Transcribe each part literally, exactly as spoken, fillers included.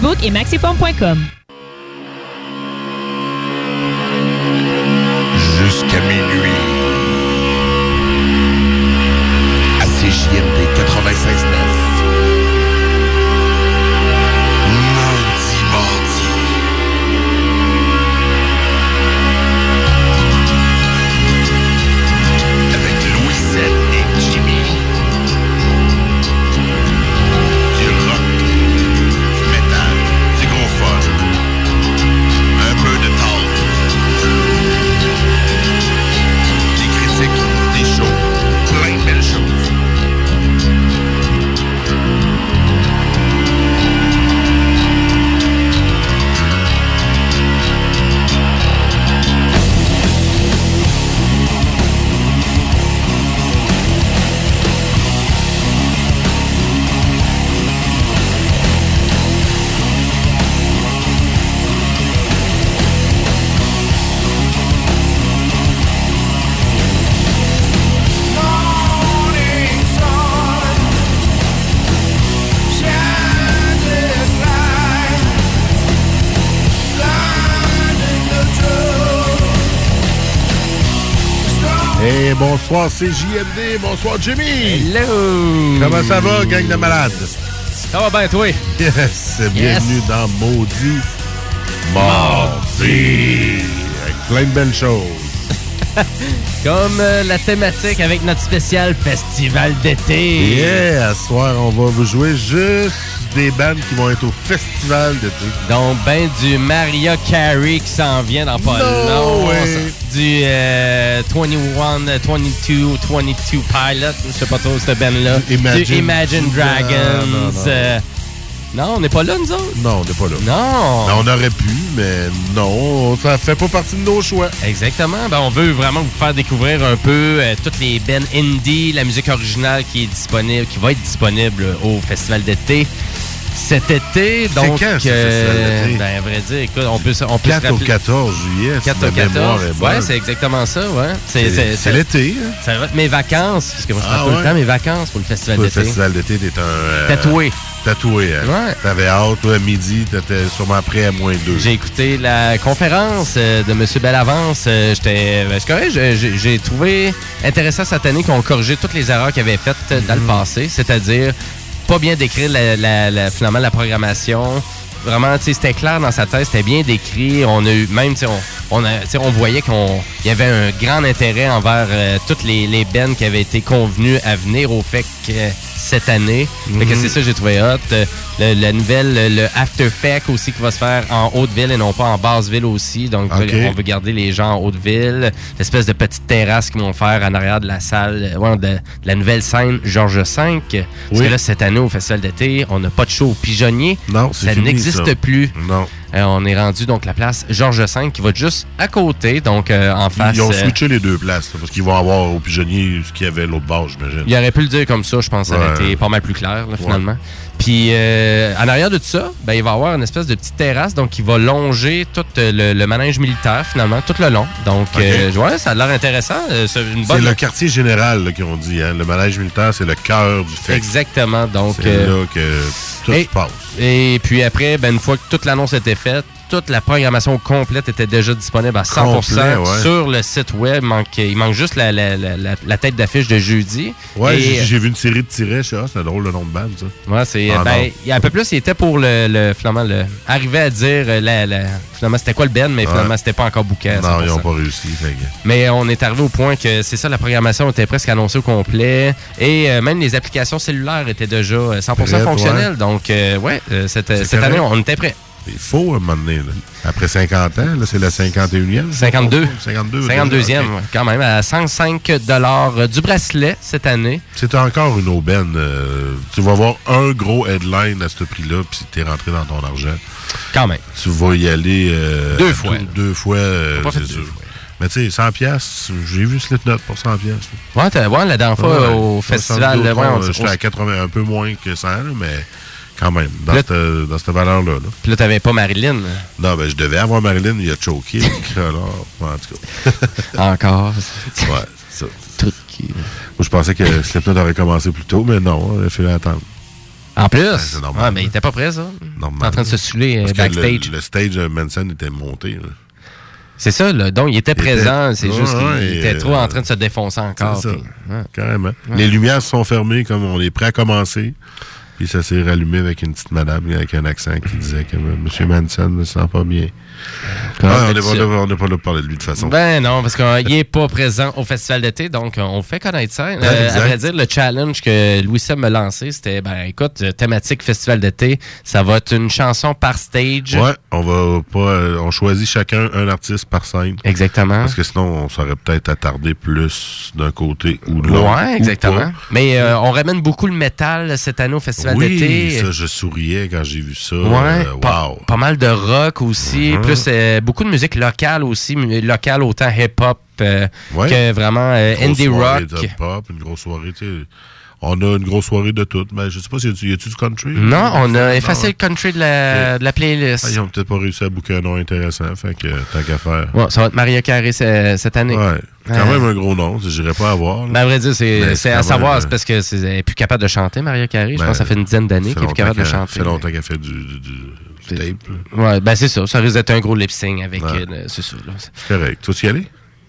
Reboot et maxiform point com. Jusqu'à minuit. À C J M D quatre-vingt-seize neuf. Mardi, mardi. Avec Louisette et Jimmy. Du rock, du métal, du gros fun. Un peu de talk. Des critiques, des shows, plein de belles choses. Et bonsoir C J M D, bonsoir Jimmy. Hello. Comment ça va, gang de malades? Ça va bien, toi? Yes, bienvenue yes. dans Maudit Mardi. Avec plein de belles choses. Comme euh, la thématique avec notre spécial festival d'été. Yeah, ce soir, on va vous jouer juste des bandes qui vont être au festival d'été. Donc, ben du Mariah Carey qui s'en vient dans pas no long. way. Du euh, vingt et un, vingt-deux, vingt-deux Pilot, je sais pas trop cette band-là. Imagine. Du Imagine Dragons. Non, non, non. Euh, non, on n'est pas là, nous autres? Non, on n'est pas là. Non. Ben, on aurait pu, mais non, ça fait pas partie de nos choix. Exactement. Ben, on veut vraiment vous faire découvrir un peu euh, toutes les bands indie, la musique originale qui est disponible, qui va être disponible au festival d'été cet été. Donc, c'est quand, ce euh, festival d'été? Ben, à vrai dire, écoute, on peut, on peut se quatre rappeler. au quatorze juillet, quatre si au ma mémoire quatorze. est bonne. Ouais, c'est exactement ça, ouais. C'est, c'est, c'est l'été. Hein? Ça va être mes vacances, parce que moi, je Ah, prends tout ouais. le temps mes vacances pour le festival Pour le d'été. festival d'été, t'es un... Euh, Tatoué. Tatoué, hein? Ouais. T'avais hâte, toi, à midi, t'étais sûrement prêt à moins deux. J'ai écouté la conférence euh, de M. Bellavance. Euh, j'étais, ben, c'est correct, j'ai, j'ai, j'ai trouvé intéressant cette année qu'on corrigeait toutes les erreurs qu'il avait faites euh, dans mm-hmm. le passé, c'est-à-dire pas bien décrire la, la, la, finalement la programmation. Vraiment, tu sais, c'était clair dans sa tête, c'était bien décrit. On a eu, même, tu sais, on, on, a, tu sais, on voyait qu'il y avait un grand intérêt envers euh, toutes les, les bands qui avaient été convenues à venir au F E C euh, cette année. Mm-hmm. Fait que c'est ça que j'ai trouvé hot. Le, la nouvelle, le After F E C aussi qui va se faire en Haute-Ville et non pas en Basse-Ville aussi. Donc, okay. on veut garder les gens en Haute-Ville. L'espèce de petite terrasse qu'ils vont faire en arrière de la salle, ouais, de, de la nouvelle scène Georges cinq. Oui. Parce que là, cette année, au festival d'été, on n'a pas de show au Pigeonnier. Non, c'est ça fini, n'existe ça. plus. Non. Euh, on est rendu donc la place Georges cinq qui va être juste à côté, donc euh, en face. Ils ont euh, switché les deux places, là, parce qu'ils vont avoir au Pigeonnier ce qu'il y avait l'autre bord, j'imagine. Il aurait pu le dire comme ça, je pense que ça aurait ouais. été pas mal plus clair, là, finalement. Ouais. Puis, euh, en arrière de tout ça, ben, il va y avoir une espèce de petite terrasse, donc qui va longer tout le, le manège militaire, finalement, tout le long. Donc, okay. euh, ouais, ça a l'air intéressant. C'est, une bonne... c'est le quartier général là, qu'ils ont dit. Hein? Le manège militaire, c'est le cœur du F E C. Exactement. Donc, c'est euh, là que tout et, se passe. Et puis après, ben, une fois que toute l'annonce était faite, toute la programmation complète était déjà disponible à cent pour cent Complet, ouais. sur le site web. Il manque, il manque juste la, la, la, la tête d'affiche de jeudi. Ouais, et, j'ai, j'ai vu une série de tirets. Je sais, ah, c'est un drôle le nom de bande, ça. Ouais, c'est. Ah, ben, il y a un peu plus, il était pour le. le finalement, le, arriver à dire la, la, finalement, c'était quoi le band, mais ouais. finalement, c'était pas encore booké. Non, ils n'ont pas réussi. Fait que... Mais on est arrivé au point que c'est ça, la programmation était presque annoncée au complet. Et euh, même les applications cellulaires étaient déjà cent pour cent Prête, fonctionnelles. Ouais. Donc, euh, ouais, euh, cette, cette année, on était prêts. Il faut, à un moment donné, là. Après cinquante ans, là, c'est la cinquante et unième. cinquante-deux. cinquante-deux. cinquante-deuxième, okay. Quand même, à cent cinq dollars du bracelet cette année. C'est encore une aubaine. Euh, tu vas avoir un gros headline à ce prix-là, puis t'es rentré dans ton argent. Quand même. Tu vas y aller... Euh, deux fois. Tout, deux fois, euh, pas c'est sûr. Fois. Mais tu sais, cent piastres, j'ai vu Slipknot pour cent piastres. Ouais, t'as, ouais, la dernière fois ouais, au festival... Ouais, on, j'étais à quatre-vingts, un peu moins que cent, là, mais... Quand même, dans, là, cette, dans cette valeur-là. Là. Puis là, t'avais pas Marilyn. Non, ben je devais avoir Marilyn, il a choqué. Alors, en tout cas. Encore. Ouais, c'est ça. Tout qui... Moi, je pensais que Slipknot aurait commencé plus tôt, mais non, il a fallu attendre. En plus? Ben, c'est normal. Ah, mais il était pas prêt, ça. Normal. En train de se saouler euh, backstage. Le, le stage de Manson était monté. Là. C'est ça, là. Donc, il était il présent. Était... C'est ouais, juste qu'il ouais, était euh, trop en train de se défoncer encore. C'est ça. Puis, ouais. Carrément. Ouais. Les lumières se sont fermées comme on est prêt à commencer. Puis ça s'est rallumé avec une petite madame avec un accent qui disait que M. Manson ne se sent pas bien. Ah, on n'est pas, là, pas là pour parler de lui de toute façon. Ben non, parce qu'il n'est pas présent au festival d'été, donc on fait connaître ça. Euh, à vrai dire, le challenge que Louis Seb m'a lancé, c'était, ben écoute, thématique festival d'été, ça va être une chanson par stage. Ouais, on va pas, euh, on choisit chacun un artiste par scène. Exactement. Parce que sinon, on s'aurait peut-être attardé plus d'un côté ou de l'autre. Ouais, exactement. Mais euh, on ramène beaucoup le métal cette année au festival oui, d'été. Oui, ça, je souriais quand j'ai vu ça. Ouais, euh, pas, wow. pas mal de rock aussi, mm-hmm. plus euh, beaucoup de musique locale aussi, locale autant hip-hop euh, ouais. que vraiment euh, indie rock. Hip-hop, une grosse soirée, tu sais. On a une grosse soirée de tout. Mais je sais pas, y a-tu, y a-tu du country? Non, on a effacé le country de la, de la playlist. Ah, ils ont peut-être pas réussi à booker un nom intéressant, fait que tant qu'à faire. Ouais, ça va être Maria Carey cette année. Ouais, quand euh... même un gros nom, je n'irais pas à voir. Ben, à vrai dire, c'est, c'est, c'est à savoir, même, c'est parce que c'est, elle est plus capable de chanter, Maria Carey. Je ben, pense que ça fait une dizaine d'années qu'elle est plus capable de chanter. Ça fait longtemps qu'elle fait du, du, du, du tape. Là. Ouais, ben c'est ça. Ça risque d'être un gros lip-sync avec... Ouais. Euh, c'est ça. Là. C'est correct. Tu vas y aller?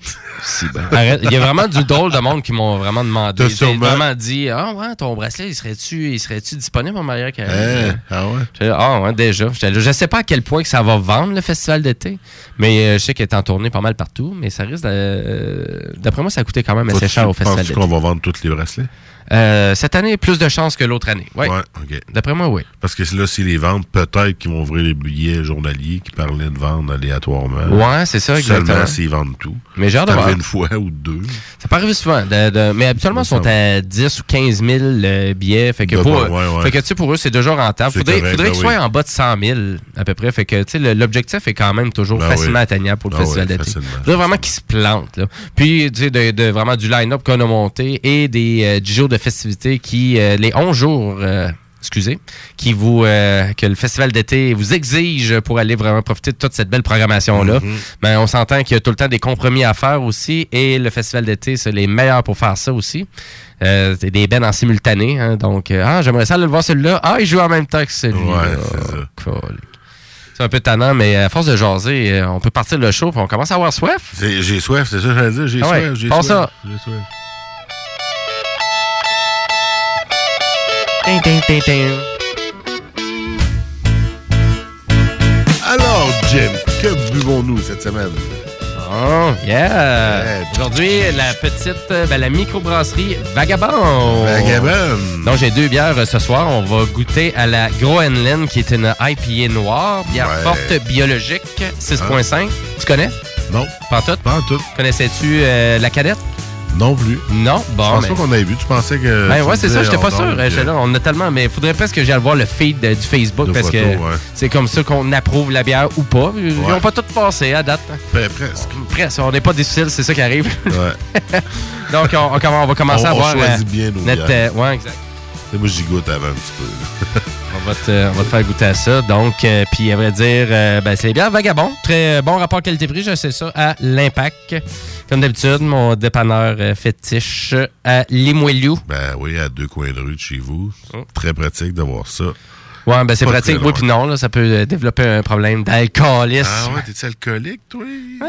Si, ben. Arrête. Il y a vraiment du drôle de monde qui m'ont vraiment demandé. Ils m'ont vraiment dit, ah ouais, ton bracelet, il serait-tu, il serait-tu disponible en Maria Carey? Hey, ah ouais? Dit, ah ouais, déjà. Je ne sais pas à quel point que ça va vendre le festival d'été, mais euh, je sais qu'elle est en tournée pas mal partout, mais ça risque de, euh, d'après moi, ça a coûté quand même assez cher au festival d'été. Penses-tu qu'on va vendre tous les bracelets? Euh, cette année, plus de chances que l'autre année. Ouais. Ouais, OK. D'après moi, oui. Parce que là, s'ils les vendent, peut-être qu'ils vont ouvrir les billets journaliers qui parlaient de vendre aléatoirement. Ouais, c'est ça, exactement. Seulement s'ils vendent tout. Mais j'ai hâte de voir. une fois ou deux. Ça peut arriver souvent. De, de, mais habituellement, ils sont à dix ou quinze mille euh, billets. Fait que, pour, ouais, ouais. fait que tu sais, pour eux, c'est déjà rentable. Faudrait, correct, faudrait ben qu'ils oui. soient en bas de cent mille à peu près. Fait que, tu sais, l'objectif est quand même toujours ben facilement oui. atteignable pour le ben festival oui, d'été. Il faudrait vraiment qu'ils se plantent. Là. Puis, tu sais, de, de, vraiment du line-up qu'on a monté et des euh, dix jours de festivités qui Euh, les onze jours, euh, excusez, qui vous, euh, que le festival d'été vous exige pour aller vraiment profiter de toute cette belle programmation-là. Mm-hmm. Ben, on s'entend qu'il y a tout le temps des compromis à faire aussi et le festival d'été, c'est les meilleurs pour faire ça aussi. Euh, c'est des bands en simultané. Hein, donc, euh, ah, j'aimerais ça aller le voir celui-là. Ah, il joue en même temps que celui-là. Ouais, c'est ça. Cool. C'est un peu tannant, mais à force de jaser, on peut partir le show et on commence à avoir soif. C'est, j'ai soif, c'est ça que j'allais dire. J'ai ah soif, ouais, j'ai soif. Ça. J'ai soif. Alors, Jim, que buvons-nous cette semaine? Oh, yeah! yeah. Aujourd'hui, la petite, ben, la microbrasserie Vagabond. Vagabond. Donc, j'ai deux bières ce soir. On va goûter à la Groenland, qui est une I P A noire, bière ouais. forte, biologique, six virgule cinq. Ah. Tu connais? Non. Pas en tout? Pas en tout. Connaissais-tu euh, la cadette? Non plus. Non, bon. Je pense mais... pas qu'on avait vu. Tu pensais que. Ben ouais, c'est ça, j'étais pas sûr. Donc, euh... là, on a tellement. Mais il faudrait presque que j'aille voir le feed euh, du Facebook de parce photo, que ouais. c'est comme ça qu'on approuve la bière ou pas. Ils ouais. n'ont pas tout passé à date. Ben, presque. Presque. On n'est pas difficile, c'est ça qui arrive. Ouais. Donc, on, on, on va commencer on, à voir. On choisit euh, bien nos notre, bières. Euh, ouais, exact. Et moi, j'y goûte avant un petit peu. On va, te, on va te faire goûter à ça. Donc, euh, puis à vrai dire, euh, ben, c'est les bières Vagabond. Très bon rapport qualité-prix, je sais ça, à l'Impact. Comme d'habitude, mon dépanneur euh, fétiche à Limoilou. Ben oui, à deux coins de rue de chez vous. Oh. Très pratique de voir ça. Ouais, ben c'est pas pratique. Oui, puis non, là, ça peut euh, développer un problème d'alcoolisme. Ah ouais, t'es-tu alcoolique, toi? Ah,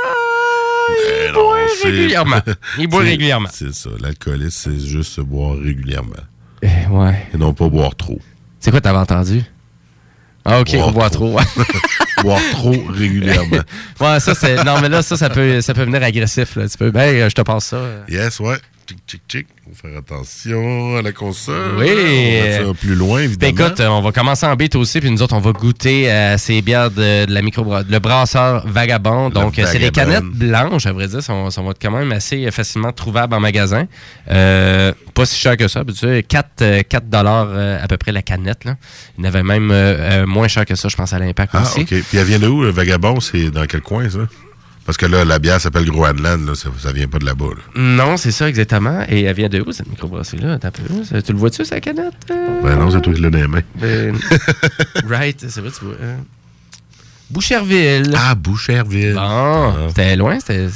il boit régulièrement. Il boit régulièrement. C'est ça. L'alcoolisme, c'est juste se boire régulièrement. Euh, ouais. Et non pas boire trop. C'est quoi t'avais entendu? Ah, OK, boire on boit trop. trop. Boire trop régulièrement. Ouais, ça, c'est... Non, mais là, ça, ça peut, ça peut venir agressif, là. Tu peux... Ben, je te passe ça. Yes, ouais. Tchic, tchic, tchic. Faut faire attention à la console. Oui. On va faire plus loin, évidemment. Ben, écoute, on va commencer en beat aussi, puis nous autres, on va goûter à ces bières de, de la micro le brasseur Vagabond. Le Donc, Vagabond. C'est des canettes blanches, à vrai dire. Ça, ça va être quand même assez facilement trouvable en magasin. Euh, pas si cher que ça. Tu sais, quatre dollars à peu près la canette. Là. Il y en avait même euh, moins cher que ça, je pense, à l'Impact ah, aussi. OK. Puis elle vient de où, le Vagabond? C'est dans quel coin, ça? Parce que là, la bière s'appelle Groenland, là, ça, ça vient pas de là-bas. Là. Non, c'est ça, exactement. Et elle vient de où, cette microbrasserie-là? Tu le vois-tu, sa canette? Ben non, c'est toi qui l'as dans les mains. Ben, right, c'est vrai, tu vois. Boucherville. Ah, Boucherville. Bon, ah. C'était loin, c'était...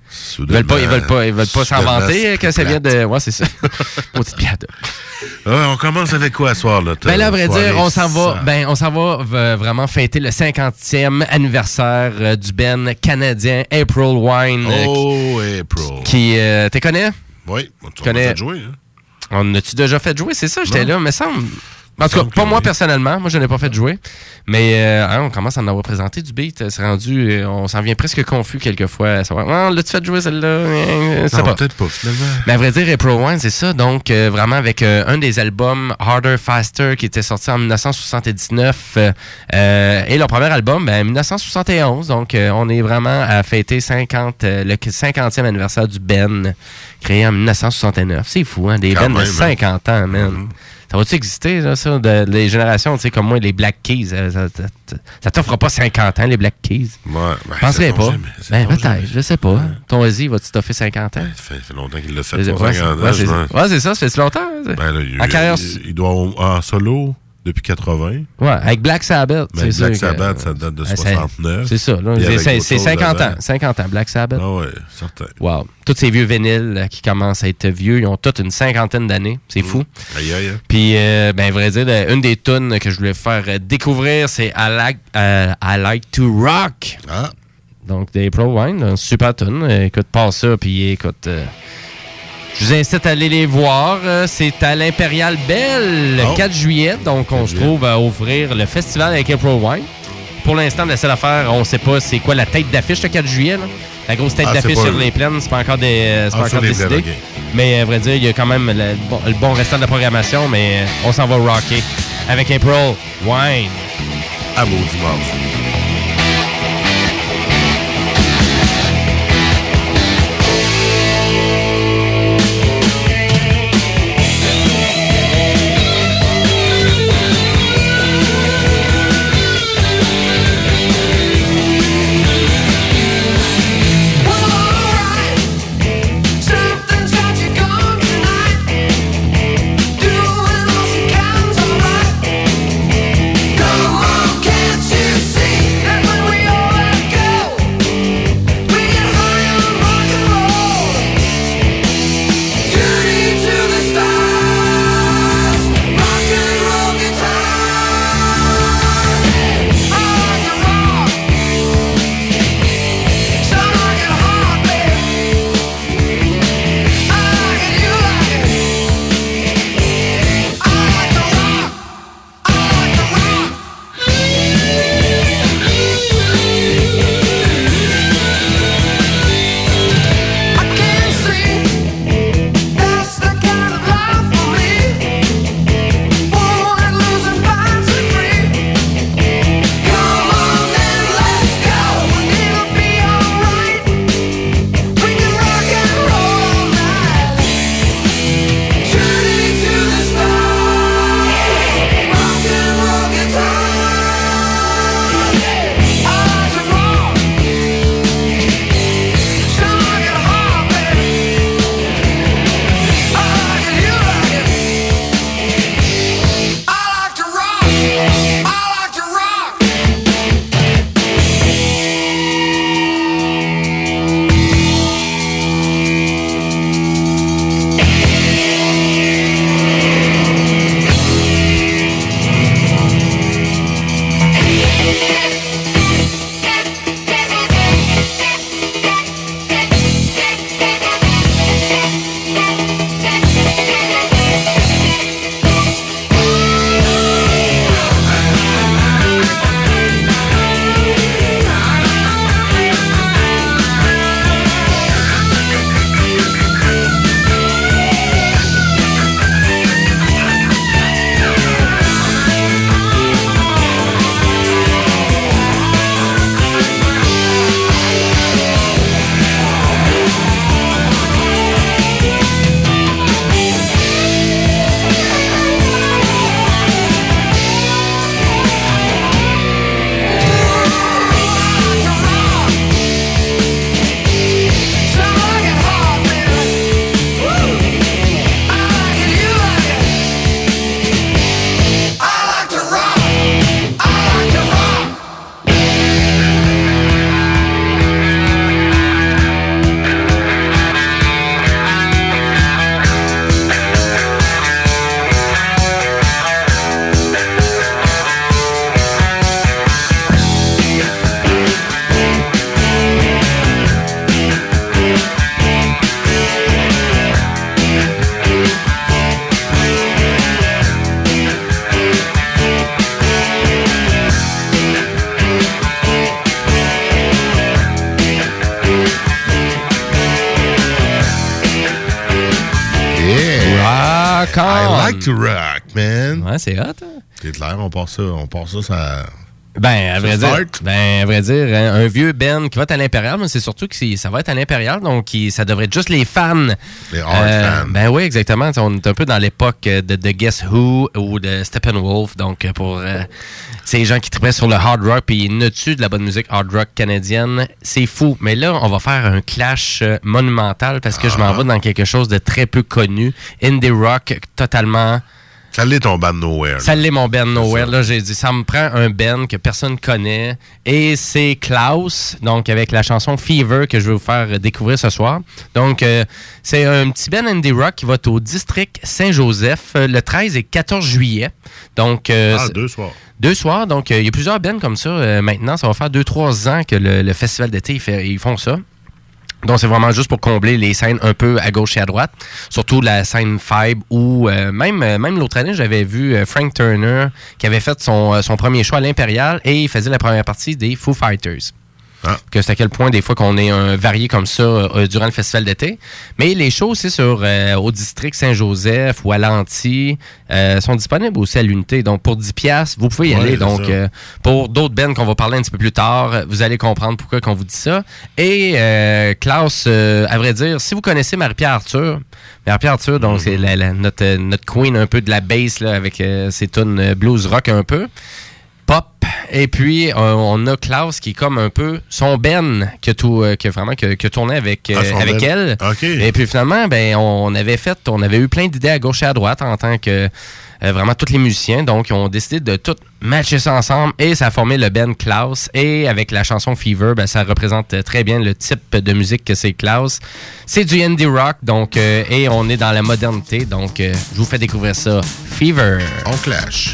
Ils veulent pas, ils veulent pas, ils veulent pas s'en vanter que ça vient de. Ouais, c'est ça. Petite piade. Ouais, on commence avec quoi ce soir là? Ben là, à vrai dire, on s'en va. Ben, on s'en va v- vraiment fêter le cinquantième anniversaire euh, du band canadien April Wine. Oh, euh, April. Qui, euh, t'es connais? Oui, tu connais. fait jouer. Hein? On a-tu déjà fait jouer? C'est ça, j'étais non. là, me semble. En tout cas, pas moi oui. personnellement. Moi, je n'ai pas fait jouer. Mais euh, hein, on commence à en avoir présenté du beat. C'est rendu... Euh, on s'en vient presque confus quelquefois. Ça va, oh, l'as-tu fait jouer celle-là? Euh, non, pas. peut-être pas, finalement. Mais à vrai dire, April Wine, c'est ça. Donc, euh, vraiment avec euh, un des albums Harder, Faster qui était sorti en dix-neuf soixante-dix-neuf. Euh, et leur premier album, ben, dix-neuf soixante et onze. Donc, euh, on est vraiment à fêter cinquante, euh, le cinquantième anniversaire du Ben, créé en dix-neuf soixante-neuf. C'est fou, hein? Des bands de cinquante ans, man. Mm-hmm. Ça va-tu exister, là, ça, de, de les générations, tu sais, comme moi, les Black Keys? Ça, ça, ça, ça t'offre pas cinquante ans, les Black Keys? Ouais, ben, je penserais pas. Jamais, ben, peut-être, jamais. Je sais pas. Ouais. Ton Ozzy, va-tu t'offrir cinquante ans? Ben, ça, fait, ça fait longtemps qu'il l'a fait, c'est, pour ouais, cinquante c'est, ans. Ouais, c'est, ouais, c'est ça, ça fait si longtemps. Hein, ben, là, il, en carrière... il, il doit en solo depuis quatre-vingts. Ouais, avec Black Sabbath. Mais c'est Black sûr Sabbath, que, ça date de c'est, soixante-neuf. C'est ça, là, c'est, c'est, c'est cinquante ans. cinquante ans, Black Sabbath. Ah ouais, certain. Wow. Tous ces vieux vinyles là, qui commencent à être vieux, ils ont tous une cinquantaine d'années. C'est mmh. fou. Aïe, aïe. Puis, euh, ben, vrai dire, une des tunes que je voulais faire découvrir, c'est I Like, uh, I Like to Rock. Ah. Donc, des April Wine, une super tune. Écoute, pas ça, puis écoute... Euh, je vous incite à aller les voir. C'est à l'Impérial Belle le oh. quatre juillet. Donc, on se trouve à ouvrir le festival avec April Wine. Pour l'instant, la seule affaire, on ne sait pas c'est quoi la tête d'affiche le quatre juillet. Là. La grosse tête ah, d'affiche sur le... les plaines, c'est pas encore, des, c'est ah, pas encore décidé. Plaines, okay. Mais à vrai dire, il y a quand même le bon, le bon restant de la programmation, mais on s'en va rocker avec April Wine. À beau dimanche. Come on, can't you see? I like to rock, man. Ouais, c'est hot. Hein? C'est clair, on part ça, on part ça, ça... Ben, à vrai dire, ben, à vrai dire, un, un vieux band qui va être à l'Impérial, mais c'est surtout que c'est, ça va être à l'Impérial, donc qui, ça devrait être juste les fans. Les hard euh, fans. Ben oui, exactement. On est un peu dans l'époque de, de Guess Who ou de Steppenwolf, donc pour euh, ces gens qui tripaient sur le hard rock puis ils notent de la bonne musique hard rock canadienne, c'est fou. Mais là, on va faire un clash monumental parce que ah. je m'en vais dans quelque chose de très peu connu, indie rock totalement... Ça l'est ton band Nowhere. Ça l'est mon band Nowhere. Là, j'ai dit, ça me prend un band que personne connaît. Et c'est Klaus, donc avec la chanson Fever que je vais vous faire découvrir ce soir. Donc, euh, c'est un petit band indie rock qui va être au district Saint-Joseph le treize et quatorze juillet. Donc, euh, ah, deux soirs. Deux soirs. Donc, il euh, y a plusieurs bands comme ça. Euh, maintenant, ça va faire deux, trois ans que le, le festival d'été, ils, fait, ils font ça. Donc, c'est vraiment juste pour combler les scènes un peu à gauche et à droite. Surtout la scène Five où euh, même, euh, même l'autre année, j'avais vu euh, Frank Turner qui avait fait son, euh, son premier show à l'Impérial et il faisait la première partie des Foo Fighters. Ah. Que c'est à quel point des fois qu'on est un varié comme ça euh, durant le festival d'été. Mais les shows aussi sur euh, au district Saint-Joseph ou à l'Anti euh, sont disponibles aussi à l'unité. Donc pour dix piastres, vous pouvez y ouais, aller. Donc euh, pour d'autres bands qu'on va parler un petit peu plus tard, vous allez comprendre pourquoi qu'on vous dit ça. Et euh, Klaus, euh, à vrai dire, si vous connaissez Marie-Pierre Arthur, Marie-Pierre Arthur, donc mm-hmm. c'est la, la, notre, notre queen un peu de la bass là, avec euh, ses tunes blues rock un peu. Pop. Et puis, euh, on a Klaus qui est comme un peu son Ben qui a, tout, euh, qui a vraiment qui a, qui a tourné avec, euh, ah, avec elle. Okay. Et puis finalement, ben, on avait fait, on avait eu plein d'idées à gauche et à droite en tant que euh, vraiment tous les musiciens. Donc, ils ont décidé de tout matcher ça ensemble et ça a formé le Ben Klaus. Et avec la chanson Fever, ben, ça représente très bien le type de musique que c'est Klaus. C'est du indie rock, donc, euh, et on est dans la modernité. Donc, euh, je vous fais découvrir ça. Fever. On clash.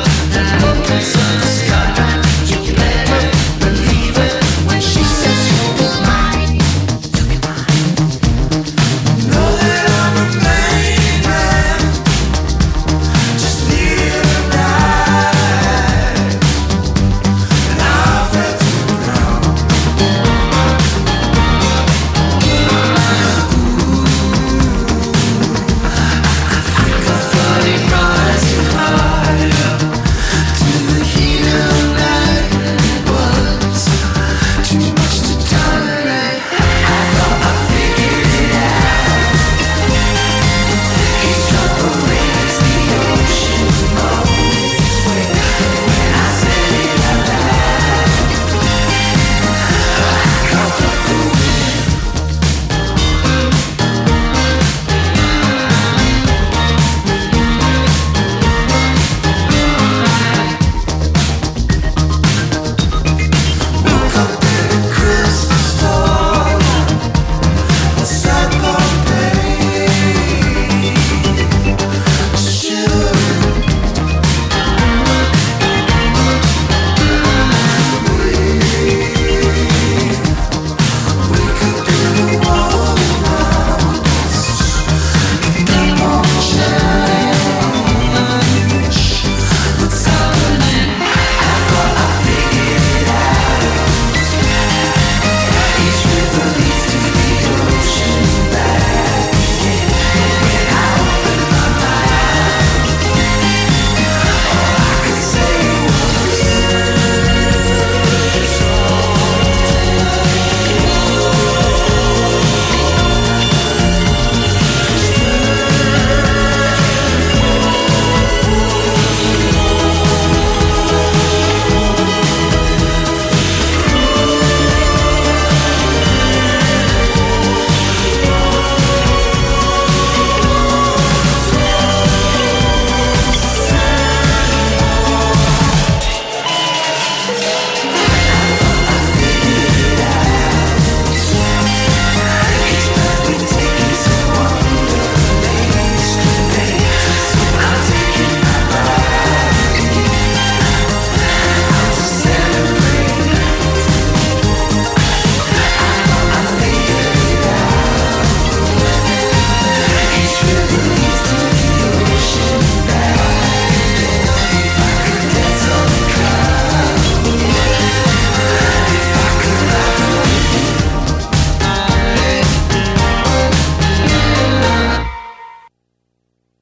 She says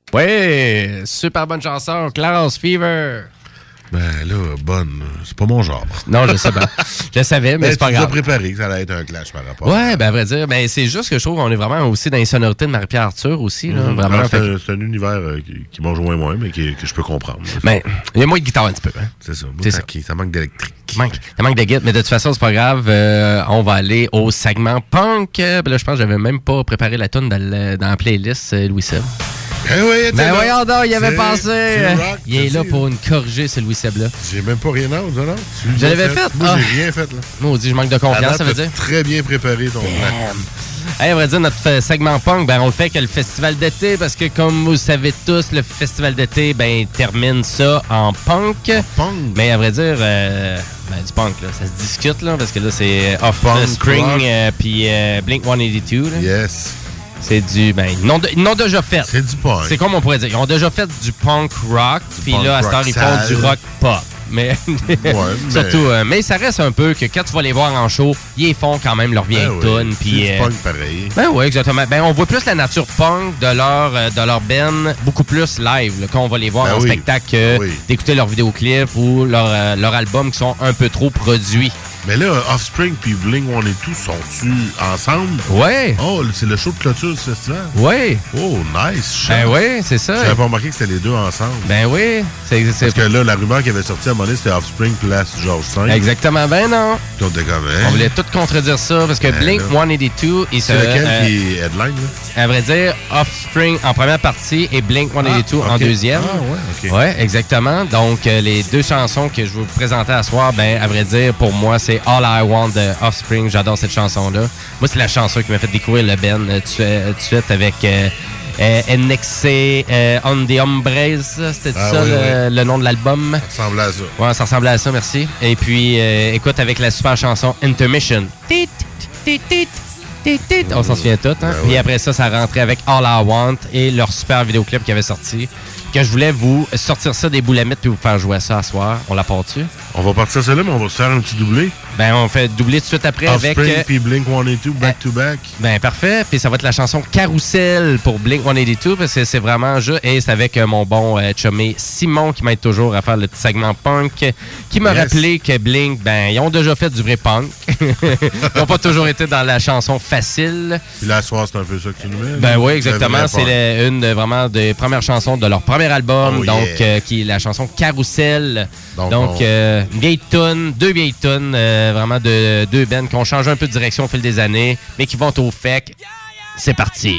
Ouais, super bonne chanson, Klaus Fever. Ben là, bonne, c'est pas mon genre. Non, je sais pas. Je savais, mais ben, c'est pas tu grave. Tu as préparé que ça allait être un clash par rapport. Ouais, ben à vrai dire, ben c'est juste que je trouve qu'on est vraiment aussi dans les sonorités de Marie-Pierre Arthur aussi. Là, mm-hmm. vraiment, non, c'est, fait... un, c'est un univers euh, qui, qui m'a rejoint moins, mais qui, que je peux comprendre. Ben, il y a moins de guitare un petit peu. Hein? C'est ça. C'est ça. Qui, ça manque d'électrique. Manque, ça manque de guitare, mais de toute façon, c'est pas grave. Euh, on va aller au segment punk. Ben là, je pense que j'avais même pas préparé la tune dans, le, dans la playlist euh, Louis Seb. Ben oui, ben voyons donc, il avait pensé. Rock, il est là pour une corriger, ce Louis Seb là. J'ai même pas rien d'autre, non? Je l'avais fait. fait. Moi, ah. j'ai rien fait, là. Moi, on dit, je manque de confiance, ça veut dire. Très bien préparé ton plan. Hey, on va dire, notre segment punk, ben, on le fait que le festival d'été, parce que comme vous le savez tous, le festival d'été, ben, termine ça en punk. Punk? Mais à vrai dire, euh, ben, du punk, là, ça se discute, là, parce que là, c'est Offspring, euh, puis euh, Blink cent quatre-vingt-deux, là. Yes. C'est du, ben, ils n'ont, ils n'ont déjà fait. C'est du punk. C'est comme on pourrait dire. Ils ont déjà fait du punk rock, puis là, à ce temps, ils font du rock pop. Mais, ouais, mais... surtout, euh, mais ça reste un peu que quand tu vas les voir en show, ils font quand même leur vieille ben tune. Oui. Puis, c'est euh, du punk pareil. Ben oui, exactement. Ben, on voit plus la nature punk de leur, de leur band, beaucoup plus live, là, quand on va les voir ben en oui. spectacle, que ben oui. d'écouter leurs vidéoclips ou leur, euh, leur album qui sont un peu trop produits. Mais là, Offspring puis Blink cent quatre-vingt-deux sont-tu ensemble? Ouais. Oh, c'est le show de clôture du festival? Ouais. Oh, nice. Ben oui, c'est ça. J'avais pas remarqué que c'était les deux ensemble. Ben oui. C'est, c'est... Parce que là, la rumeur qui avait sorti à un moment donné, c'était Offspring place George cinq. Exactement. Ben non. Puis on était comme, hein? On voulait tout contredire ça parce que ben Blink cent quatre-vingt-deux, il se... C'est lequel euh, qui est headline, là? À vrai dire, Offspring en première partie et Blink cent quatre-vingt-deux ah, en okay. deuxième. Ah, ouais, OK. Ouais, exactement. Donc, euh, les deux chansons que je vais vous présenter à soir, ben, à vrai dire, pour moi, c'est All I Want de Offspring. J'adore cette chanson-là. Moi, c'est la chanson qui m'a fait découvrir le band euh, tout de suite avec euh, euh, N X C euh, On the Umbrellas. C'était ah, ça oui, le, oui. le nom de l'album? Ça ressemblait à ça. Ouais, ça ressemblait à ça, merci. Et puis, euh, écoute, avec la super chanson Intermission. Tit, tit, tit, tit, tit. On s'en souvient tout. Hein? Ben Puis oui. après ça, ça rentrait avec All I Want et leur super vidéoclip qui avait sorti. Que je voulais vous sortir ça des boulamites puis vous faire jouer ça à soir. On la part-tu? On va partir ça là, mais on va se faire un petit doublé. Ben, on fait doubler tout de suite après avec... Offspring puis Blink cent quatre-vingt-deux, back-to-back. Ben, parfait. Puis ça va être la chanson Carousel pour Blink cent quatre-vingt-deux parce que c'est vraiment juste... Et c'est avec euh, mon bon euh, chumé Simon qui m'aide toujours à faire le petit segment punk qui m'a Yes. rappelé que Blink, ben, ils ont déjà fait du vrai punk. Ils n'ont pas toujours été dans la chanson facile. Puis là, ce soir, c'est un peu ça que tu nous mets. Ben là? oui, exactement. C'est C'est la- une euh, vraiment des premières chansons de leur premier album, Oh, donc yeah. euh, qui est la chanson Carousel. Donc, Donc, on- euh, une vieille toune, deux vieilles tounes, euh, vraiment de deux bands qui ont changé un peu de direction au fil des années, mais qui vont au F E C. C'est parti.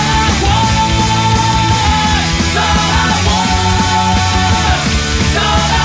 So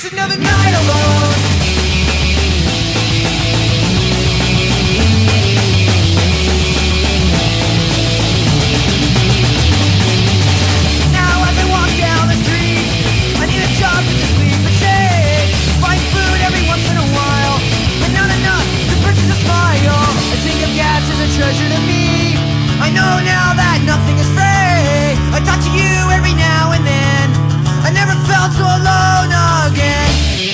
just another night alone. Now as I walk down the street, I need a job to just leave the shade. Find food every once in a while, but not enough to purchase a smile. A tank of gas is a treasure to me. I know now that nothing is free. I talk to you every now and then. I never felt so alone again.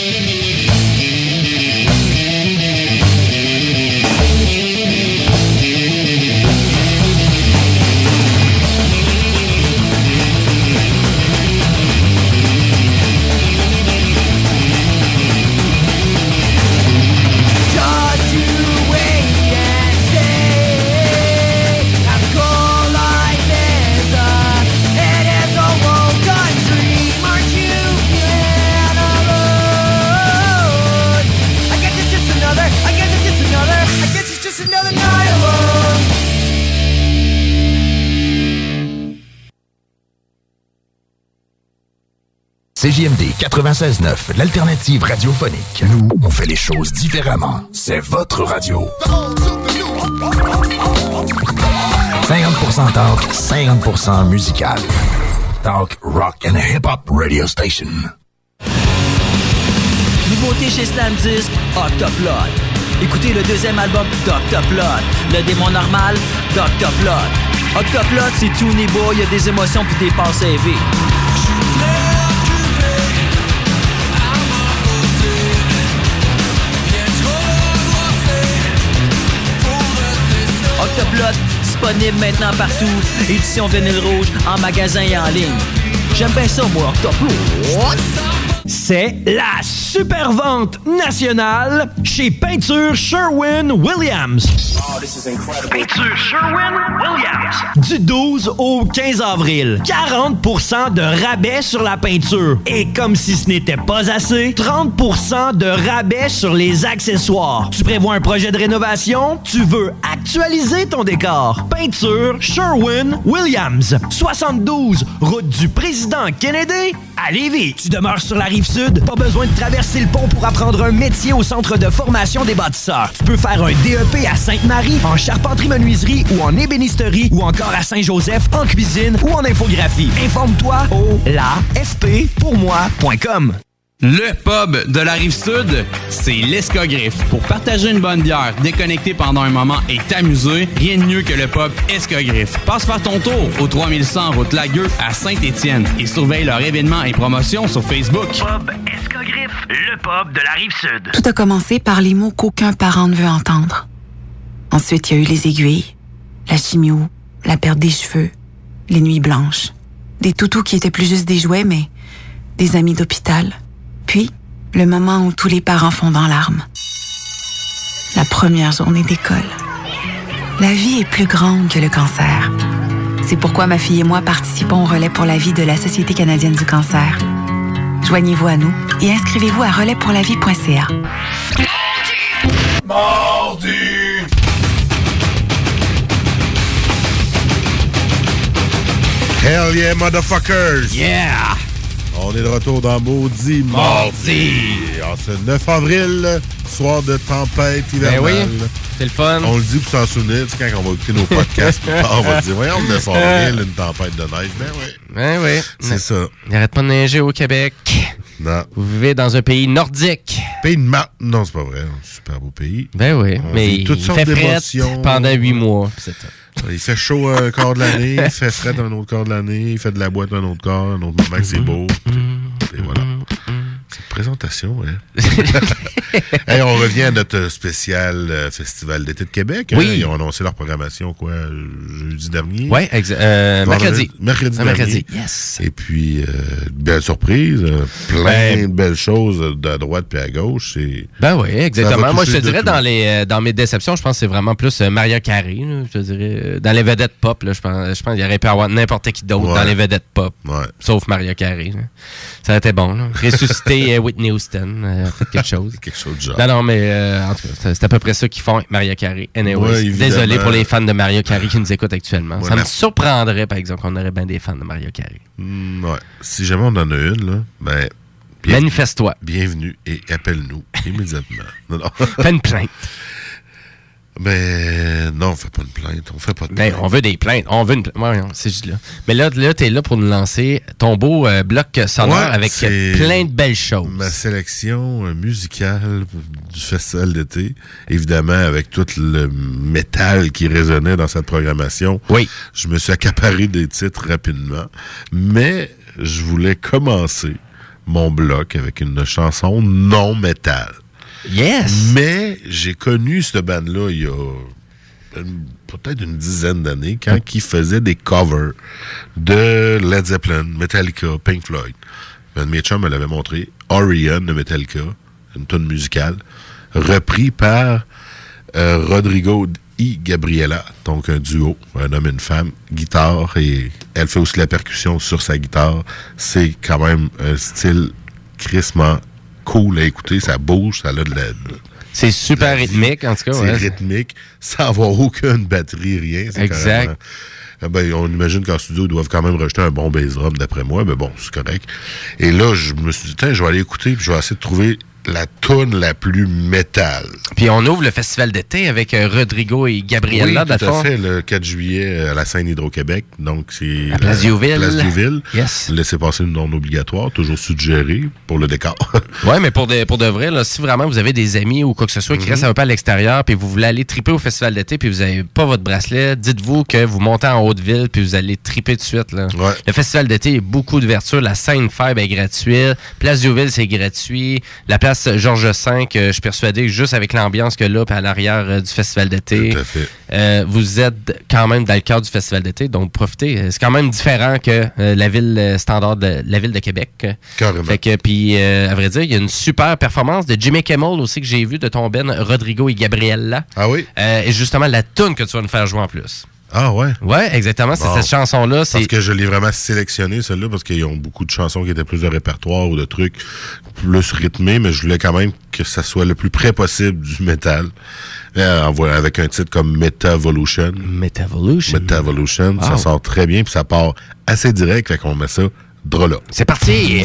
Just you wait and say, I'm cold like this, uh, it is a woken dream. Aren't you feeling alone? I guess it's just another, I guess it's just another, I guess it's just another night alone. C J M D quatre-vingt-seize neuf, l'alternative radiophonique. Nous, on fait les choses différemment. C'est votre radio. cinquante pour cent talk, cinquante pour cent musical. Talk, rock and hip-hop radio station. Nouveauté chez Slam Disc, Octoplot. Écoutez le deuxième album d'Octoplot. Le démon normal, d'Octoplot. Octoplot, c'est tout niveau, il y a des émotions puis des passes élevées. Octoplot, disponible maintenant partout. Édition vinyle rouge, en magasin et en ligne. J'aime bien ça, moi, Octoplot. C'est la super vente nationale chez Peinture Sherwin-Williams. Oh, this is incredible. Peinture Sherwin-Williams. Du douze au quinze avril, quarante pour cent de rabais sur la peinture. Et comme si ce n'était pas assez, trente pour cent de rabais sur les accessoires. Tu prévois un projet de rénovation? Tu veux actualiser ton décor? Peinture Sherwin-Williams. soixante-douze, route du Président Kennedy, à Lévis. Tu demeures sur la Rive-Sud? Pas besoin de traverser le pont pour apprendre un métier au Centre de formation des bâtisseurs. Tu peux faire un D E P à Sainte-Marie, en charpenterie-menuiserie ou en ébénisterie, ou encore à Saint-Joseph, en cuisine ou en infographie. Informe-toi au la f p pour moi point com. Le pub de la Rive-Sud, c'est l'Escogriffe. Pour partager une bonne bière, déconnecter pendant un moment et t'amuser, rien de mieux que le pub Escogriffe. Passe faire ton tour au trois mille cent route Lagueux à Saint-Étienne et surveille leurs événements et promotions sur Facebook. Pub Escogriffe, le pub de la Rive-Sud. Tout a commencé par les mots qu'aucun parent ne veut entendre. Ensuite, il y a eu les aiguilles, la chimio, la perte des cheveux, les nuits blanches, des toutous qui étaient plus juste des jouets, mais des amis d'hôpital. Puis, le moment où tous les parents fondent en larmes. La première journée d'école. La vie est plus grande que le cancer. C'est pourquoi ma fille et moi participons au relais pour la vie de la Société canadienne du cancer. Joignez-vous à nous et inscrivez-vous à relais pour la vie point c a. Mardi! Hell yeah, motherfuckers! Yeah! On est de retour dans Maudit Mardi. En ce neuf avril, soir de tempête hivernale. Ben oui, c'est le fun. On le dit pour s'en souvenir, tu sais, quand on va écouter nos podcasts, on va dire, voyons, le neuf avril, une tempête de neige. Ben oui. Ben oui. C'est ça. Il n'arrête pas de neiger au Québec. Non. Vous vivez dans un pays nordique. Pays de Mars. Non, c'est pas vrai. Un super beau pays. Ben oui, on mais toutes il sortes fait fret d'émotions. pendant huit mois. C'est tout. Il fait chaud un quart de l'année, il fait frais un autre quart de l'année, il fait de la boîte un autre quart, un autre moment que c'est beau. Et voilà. Cette présentation, hein. Hey, on revient à notre spécial euh, Festival d'été de Québec. Oui. Hein. Ils ont annoncé leur programmation, quoi, jeudi dernier. Oui, exa- euh, mercredi. Mercredi Un dernier. mercredi, yes. Et puis, euh, belle surprise, euh, plein Ben, de belles choses de à droite puis à gauche. Et Ben oui, exactement. Moi, je te toucher de dirais, tout. dans les euh, dans mes déceptions, je pense que c'est vraiment plus euh, Maria Carey. Là, je te dirais. Euh, Dans les vedettes pop, là, je pense je pense qu'il y aurait pu avoir n'importe qui d'autre Ouais. dans les vedettes pop. Ouais. Sauf Maria Carey. Là. Ça aurait été bon. Là. Ressusciter euh, Whitney Houston. Euh, fait quelque chose. quelque chose de genre. Non, non, mais euh, en tout cas, c'est, c'est à peu près ça qu'ils font avec Maria Carey. Anyways, Ouais, évidemment. désolé pour les fans de Maria Carey qui nous écoutent actuellement. Ouais, ça me merci. surprendrait, par exemple, qu'on aurait bien des fans de Maria Carey. Mm, ouais. Si jamais on en a une, là, ben, Bienvenue. Manifeste-toi. Bienvenue et appelle-nous immédiatement. Non, non. Fais une plainte. Ben, non, on fait pas une plainte. On fait pas de plainte. Ben, on veut des plaintes. On veut une plainte. Ouais, c'est juste là. Mais là, là tu es là pour nous lancer ton beau euh, bloc sonore Ouais, avec c'est plein de belles choses. Ma sélection euh, musicale du festival d'été, évidemment, avec tout le métal qui résonnait dans cette programmation. Oui. Je me suis accaparé des titres rapidement, mais je voulais commencer mon bloc avec une chanson non métal. Yes! Mais j'ai connu cette band-là il y a une, peut-être une dizaine d'années, quand ils faisaient des covers de Led Zeppelin, Metallica, Pink Floyd. Un de mes chums me l'avait montré, Orion de Metallica, une tune musicale, repris par euh, Rodrigo y Gabriela, donc un duo, un homme et une femme, guitare, et elle fait aussi la percussion sur sa guitare. C'est quand même un style crissement cool à écouter, ça bouge, ça a de la... C'est super rythmique, en tout cas. C'est ouais. rythmique, sans avoir aucune batterie, rien. C'est exact. carrément... Ben, on imagine qu'en studio, ils doivent quand même rejeter un bon bass drum, d'après moi, mais bon, c'est correct. Et là, je me suis dit, tiens, je vais aller écouter, puis je vais essayer de trouver la toune la plus métal. Puis on ouvre le festival d'été avec euh, Rodrigo et Gabriela, oui, tout à fond. fait, le quatre juillet à la scène Hydro-Québec. Donc, c'est... À Place Diouville. Place Diouville. Yes. Laissez passer une non obligatoire, toujours suggéré pour le décor. Oui, mais pour de, pour de vrai, là, si vraiment vous avez des amis ou quoi que ce soit qui Mm-hmm. restent un peu à l'extérieur, puis vous voulez aller triper au festival d'été, puis vous n'avez pas votre bracelet, dites-vous que vous montez en Haute-Ville, puis vous allez triper tout de suite. Là. Ouais. Le festival d'été, il y a beaucoup d'ouverture. La scène Feb est gratuite. Place Diouville, c'est gratuit. La place Georges V, euh, je suis persuadé que juste avec l'ambiance que là, puis à l'arrière euh, du festival d'été, Tout à fait. euh, vous êtes quand même dans le cadre du festival d'été, donc profitez. C'est quand même différent que euh, la ville euh, standard de la ville de Québec. Carrément. Fait que, puis, euh, à vrai dire, il y a une super performance de Jimmy Kimmel aussi que j'ai vu de ton Ben, Rodrigo et Gabriela. Ah oui? Euh, et justement, la toune que tu vas nous faire jouer en plus. Ah ouais? Ouais, exactement. C'est Bon. cette chanson-là. C'est... Parce que je l'ai vraiment sélectionné, celle-là, parce qu'ils ont beaucoup de chansons qui étaient plus de répertoire ou de trucs plus rythmés, mais je voulais quand même que ça soit le plus près possible du métal. Euh, en voilà, avec un titre comme Metavolution. Metavolution. Metavolution, Wow. ça sort très bien, puis ça part assez direct, fait qu'on met ça drôle là. C'est parti!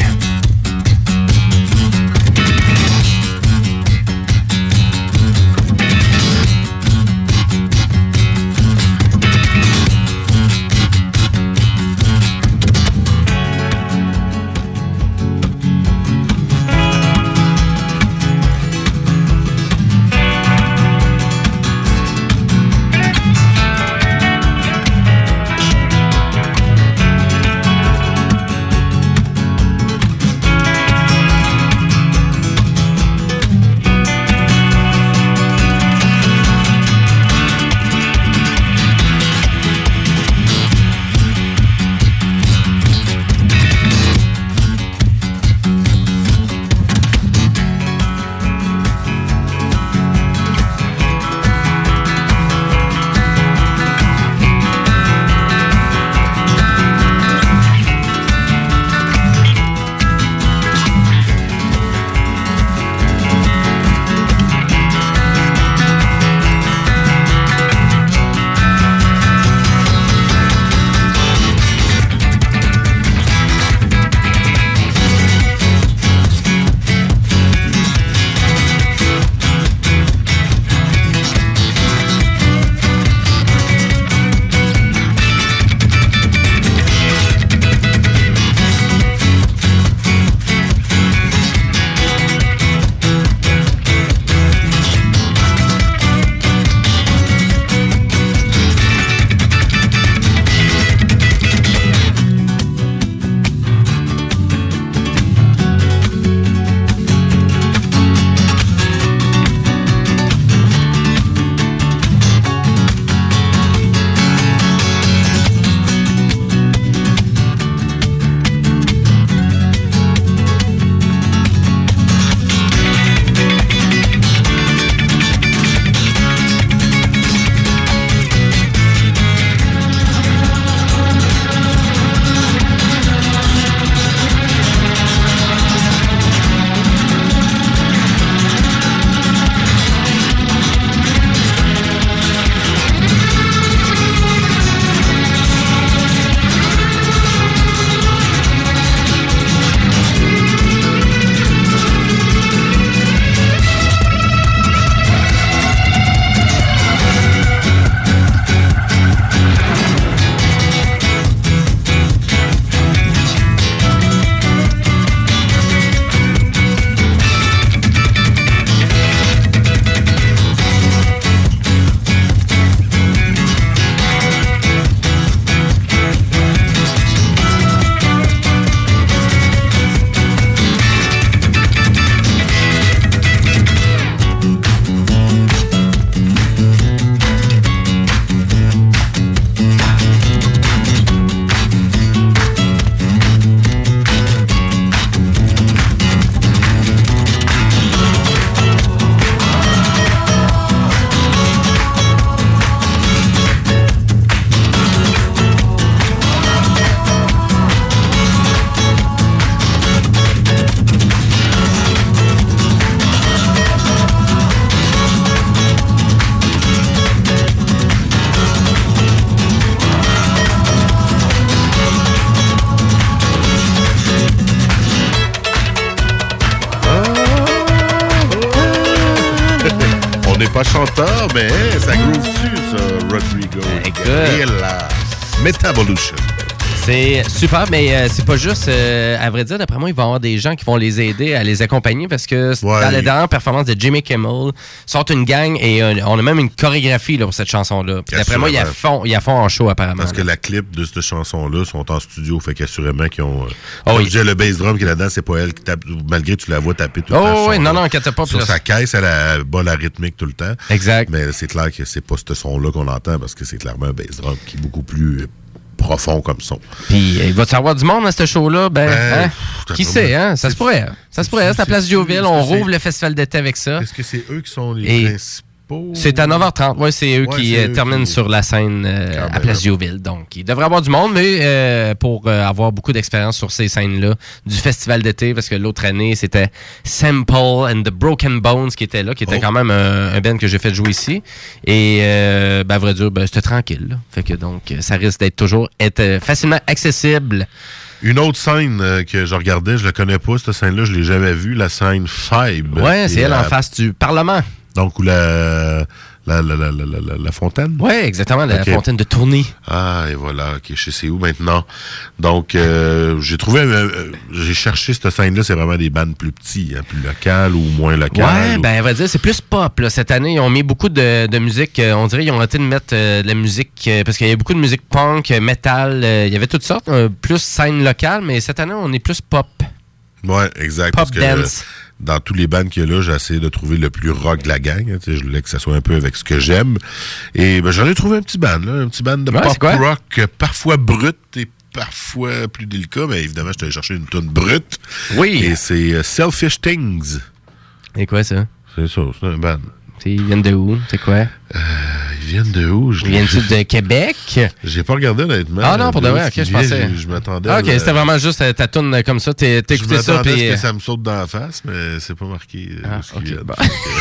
n'est pas chanteur, mais hey, ça groove dessus, ça, Rodrigo. Et là, Metavolution. C'est super, mais euh, c'est pas juste... Euh, à vrai dire, d'après moi, il va y avoir des gens qui vont les aider à les accompagner parce que ouais. dans la dernière performance de Jimmy Kimmel, sortent une gang et euh, on a même une chorégraphie là, pour cette chanson-là. Puis d'après moi, il y a fond, il y a fond en show apparemment. Parce que là. la clip de cette chanson-là sont en studio, fait qu'assurément qu'ils ont... Euh, oh, oui. Je dis, le bass drum qui est là-dedans, c'est pas elle qui tape, malgré que tu la vois taper tout oh, le temps. Oh oui, non, non, inquiète pas. Sur là. sa caisse, elle a bat la rythmique tout le temps. Exact. Mais c'est clair que c'est pas ce son-là qu'on entend parce que c'est clairement un bass drum qui est beaucoup plus... profond comme son. Puis, il va-tu avoir du monde à ce show-là? Ben, ben hein? Qui sait, hein? Ça se pourrait. Ça se pourrait. C'est à Place Dioville. On rouvre le festival d'été avec ça. Est-ce que c'est eux qui sont les Et principaux? C'est à neuf heures trente. Oui, c'est eux ouais, qui c'est euh, eux terminent qui... sur la scène euh, à Place Dioville. Donc, il devrait y avoir du monde, mais euh, pour euh, avoir beaucoup d'expérience sur ces scènes-là du festival d'été, parce que l'autre année, c'était Sample and the Broken Bones qui était là, qui était oh. quand même un, un band que j'ai fait jouer ici. Et, euh, ben, à vrai dire, ben, c'était tranquille. Là. Fait que donc, ça risque d'être toujours être euh, facilement accessible. Une autre scène euh, que je regardais, je la connais pas, cette scène-là, je l'ai jamais vue, la scène Fibe. Ouais, c'est elle la... en face du Parlement. Donc, où la... La, la, la, la, la, la fontaine? Oui, exactement, la okay. fontaine de Tournai. Ah, et voilà, ok, je sais où maintenant. Donc, euh, j'ai trouvé, euh, j'ai cherché cette scène-là, c'est vraiment des bandes plus petits, hein, plus locales ou moins locales. Ouais, ou... ben, on va dire, c'est plus pop, là. Cette année, ils ont mis beaucoup de, de musique, euh, on dirait, ils ont arrêté de mettre euh, de la musique, euh, parce qu'il y avait beaucoup de musique punk, euh, metal, euh, il y avait toutes sortes, euh, plus scène locale, mais cette année, on est plus pop. Ouais, exact. Pop parce que, dance. Euh, dans tous les bands qu'il y a là, j'ai essayé de trouver le plus rock de la gang. Hein, je voulais que ça soit un peu avec ce que j'aime. Et ben, j'en ai trouvé un petit band, là, un petit band de ouais, pop rock, euh, parfois brut et parfois plus délicat, mais évidemment, je suis allé chercher une toune brute. Oui. Et c'est euh, Selfish Things. Et quoi, ça? C'est ça, c'est un band. Ils viennent de où? C'est quoi? Euh, ils viennent de où? Ils viennent-tu de Québec? J'ai pas regardé, honnêtement. Ah non, pour de vrai, ok, je pensais. Je, je m'attendais. Ah, ok, à... c'était vraiment juste ta toune comme ça. T'as écouté ça. Je m'attendais puis... à ce que ça me saute dans la face, mais c'est pas marqué. Ah, ce okay, vient, bon.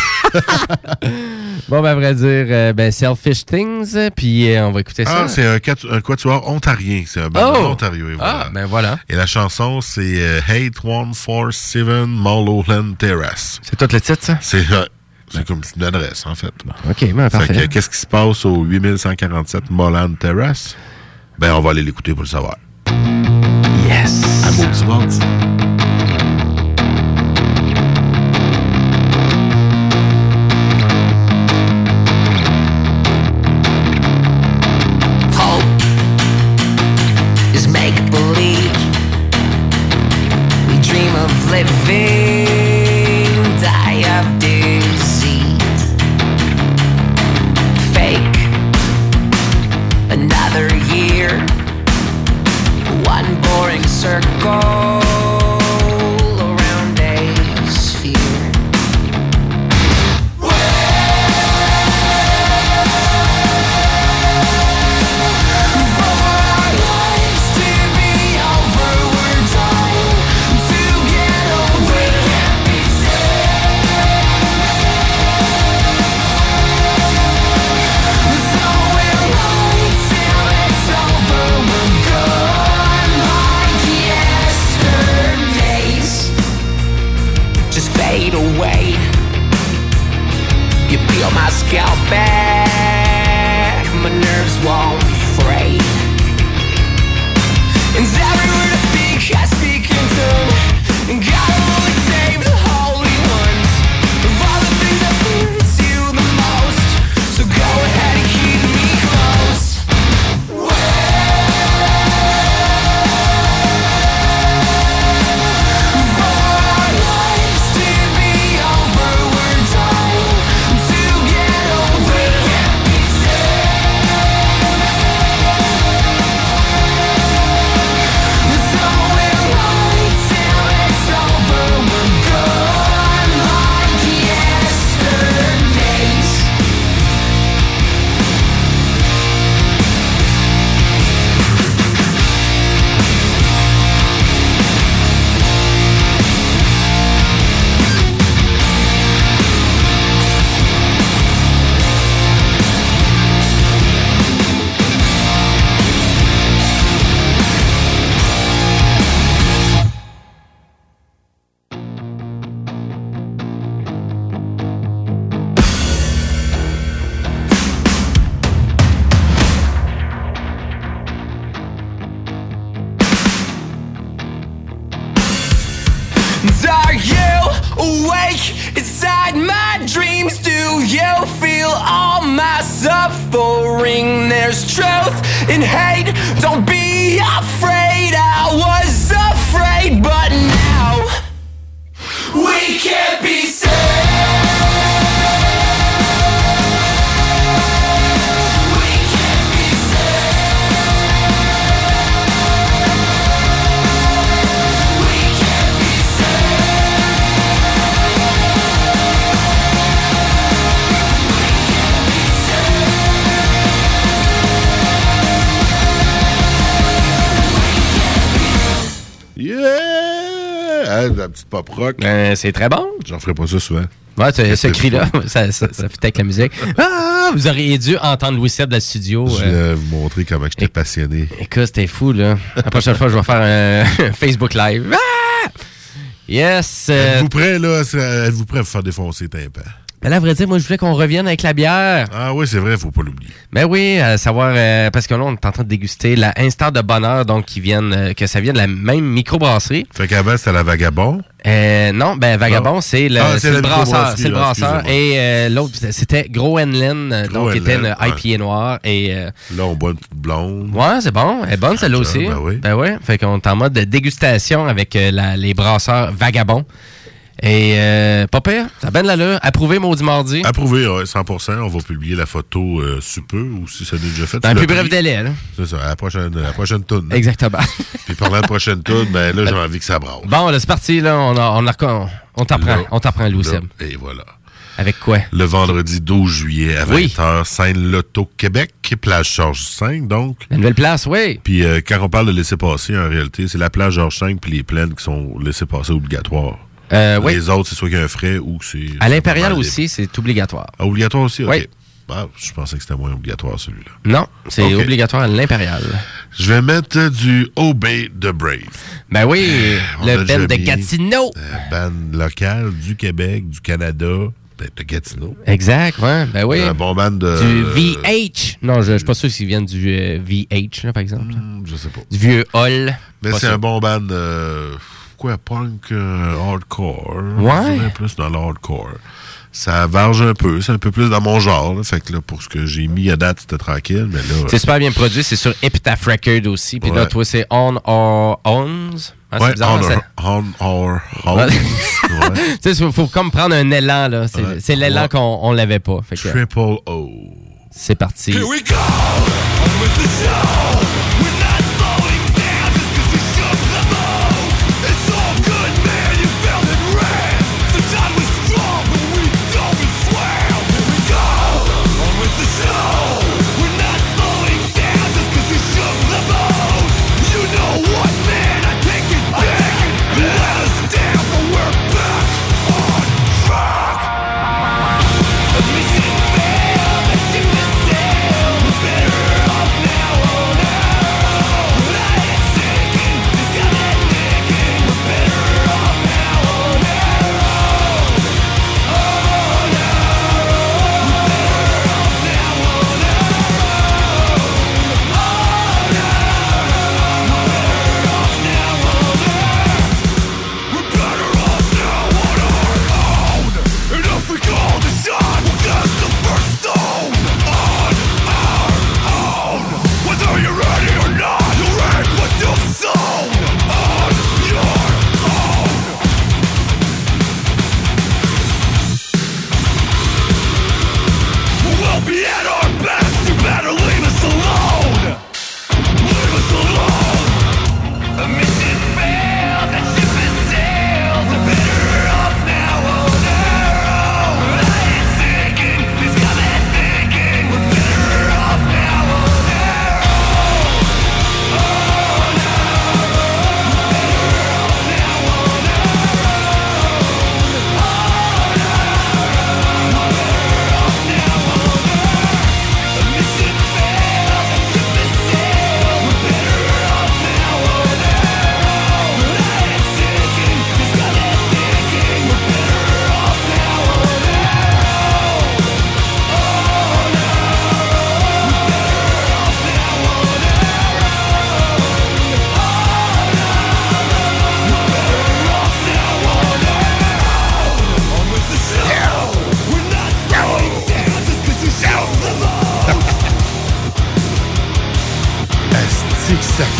que... bon, ben, à vrai dire, euh, ben, Selfish Things, puis euh, on va écouter ça. Ah, c'est un, un quatuor ontarien. C'est un band oh! d'Ontario. Et voilà. Ah, ben voilà. Et la chanson, c'est euh, Hate one four seven Mulholland Terrace. C'est tout le titre, ça? C'est... Euh, C'est comme une adresse, en fait. Bon, OK, ben, parfait. Que, qu'est-ce qui se passe au huit mille cent quarante-sept Mulholland Terrace? Ben, on va aller l'écouter pour le savoir. Yes! Un beau petit monde. Hope is make-believe. We dream of living, die of disease. Fake, another year, one boring circle around a sphere. For our lives to be over, we're dying to get away. Are you awake inside my dreams? Do you feel all my suffering? There's truth in hate, don't be afraid. I was afraid, but now we can't be saved. Yeah! Hein, la petite pop rock. Euh, c'est très bon. J'en ferai pas ça souvent. Ouais, ce, ce cri-là, ça, ça, ça fit avec la musique. Ah, vous auriez dû entendre Louis Seb dans le studio. Je vais euh, vous montrer comment j'étais passionné. Écoute, c'était fou, là. La prochaine fois, je vais faire un Facebook Live. Ah! Yes! Euh... Êtes-vous prêt, là? Êtes-vous prêt à vous faire défoncer tympan? Mais là, à vrai dire, moi, je voulais qu'on revienne avec la bière. Ah oui, c'est vrai, faut pas l'oublier. Ben oui, à savoir, euh, parce que là, on est en train de déguster la Instant de Bonheur, donc qui viennent, euh, que ça vient de la même microbrasserie. Fait qu'avant, c'était la Vagabond. Euh, non, ben Vagabond, non. c'est le, ah, c'est le brasseur. C'est le là, brasseur. Et euh, l'autre, c'était Groenland, donc qui était une ouais. I P A noire. Et, euh, là, on boit une petite blonde. Ouais, c'est bon. Elle est bonne, celle-là aussi. Ben oui. Ben oui. Fait qu'on est en mode de dégustation avec euh, la, les brasseurs Vagabond. Et euh, pas pire, ça a bien de l'allure. Approuvé Maudit Mardi. Approuvé, ouais, cent pour cent. On va publier la photo euh, sous peu, ou si ça n'est déjà fait. Dans un plus bref délai, là. C'est ça, à la prochaine, à la prochaine toune. Hein. Exactement. Puis pendant la prochaine toune, ben là, j'ai envie que ça brasse. Bon, là, c'est parti, là. On, a, on, a, on, on t'apprend. Là, on t'apprend, Louis Seb. Et voilà. Avec quoi? Le vendredi douze juillet à vingt heures, oui. scène Loto Québec, plage Georges cinq, donc. La nouvelle place, oui. Puis euh, quand on parle de laisser-passer, en réalité, c'est la plage Georges cinq puis les plaines qui sont laissés-passer obligatoires. Euh, oui. Les autres, c'est soit qu'il y a un frais ou que c'est... À l'Impérial aussi, c'est obligatoire. Ah, obligatoire aussi? OK. Oui. Ah, je pensais que c'était moins obligatoire, celui-là. Non, c'est okay. Obligatoire à l'Impérial. Je vais mettre du Obey the Brave. Ben oui, euh, le band de Gatineau. Euh, band local du Québec, du Canada, de Gatineau. Exact, ouais, ben oui. Un bon band de... Du V H. Non, je ne suis pas sûr s'ils viennent du euh, V H, là, par exemple. Mm, je sais pas. Du vieux Hall. Mais c'est sûr. un bon band... Euh, quoi, punk euh, hardcore. Ouais. Je plus dans l'hardcore. Ça varge un peu, c'est un peu plus dans mon genre. Là. Fait que là, pour ce que j'ai mis à date, c'était tranquille, mais là... C'est super bien produit, c'est sur Epitaph Records aussi. Puis ouais. là, toi, c'est On Our Owns. Ah, ouais, bizarre, on, our, on Our Owns. Tu sais, il faut comme prendre un élan, là. C'est, ouais. c'est l'élan ouais. qu'on on l'avait pas. Fait que, Triple O. C'est parti. Here we go! On with the show! We're not slowing down just cause we shook the boat! It's all good, man, you felt it red! The tide was strong, but we dove and swam! Here we go! On with the show! We're not slowing down just cause we shook the boat! You know what, man, I take it back! You let us down, but we're back on track! A mission failed, let's do the same! We're better off now on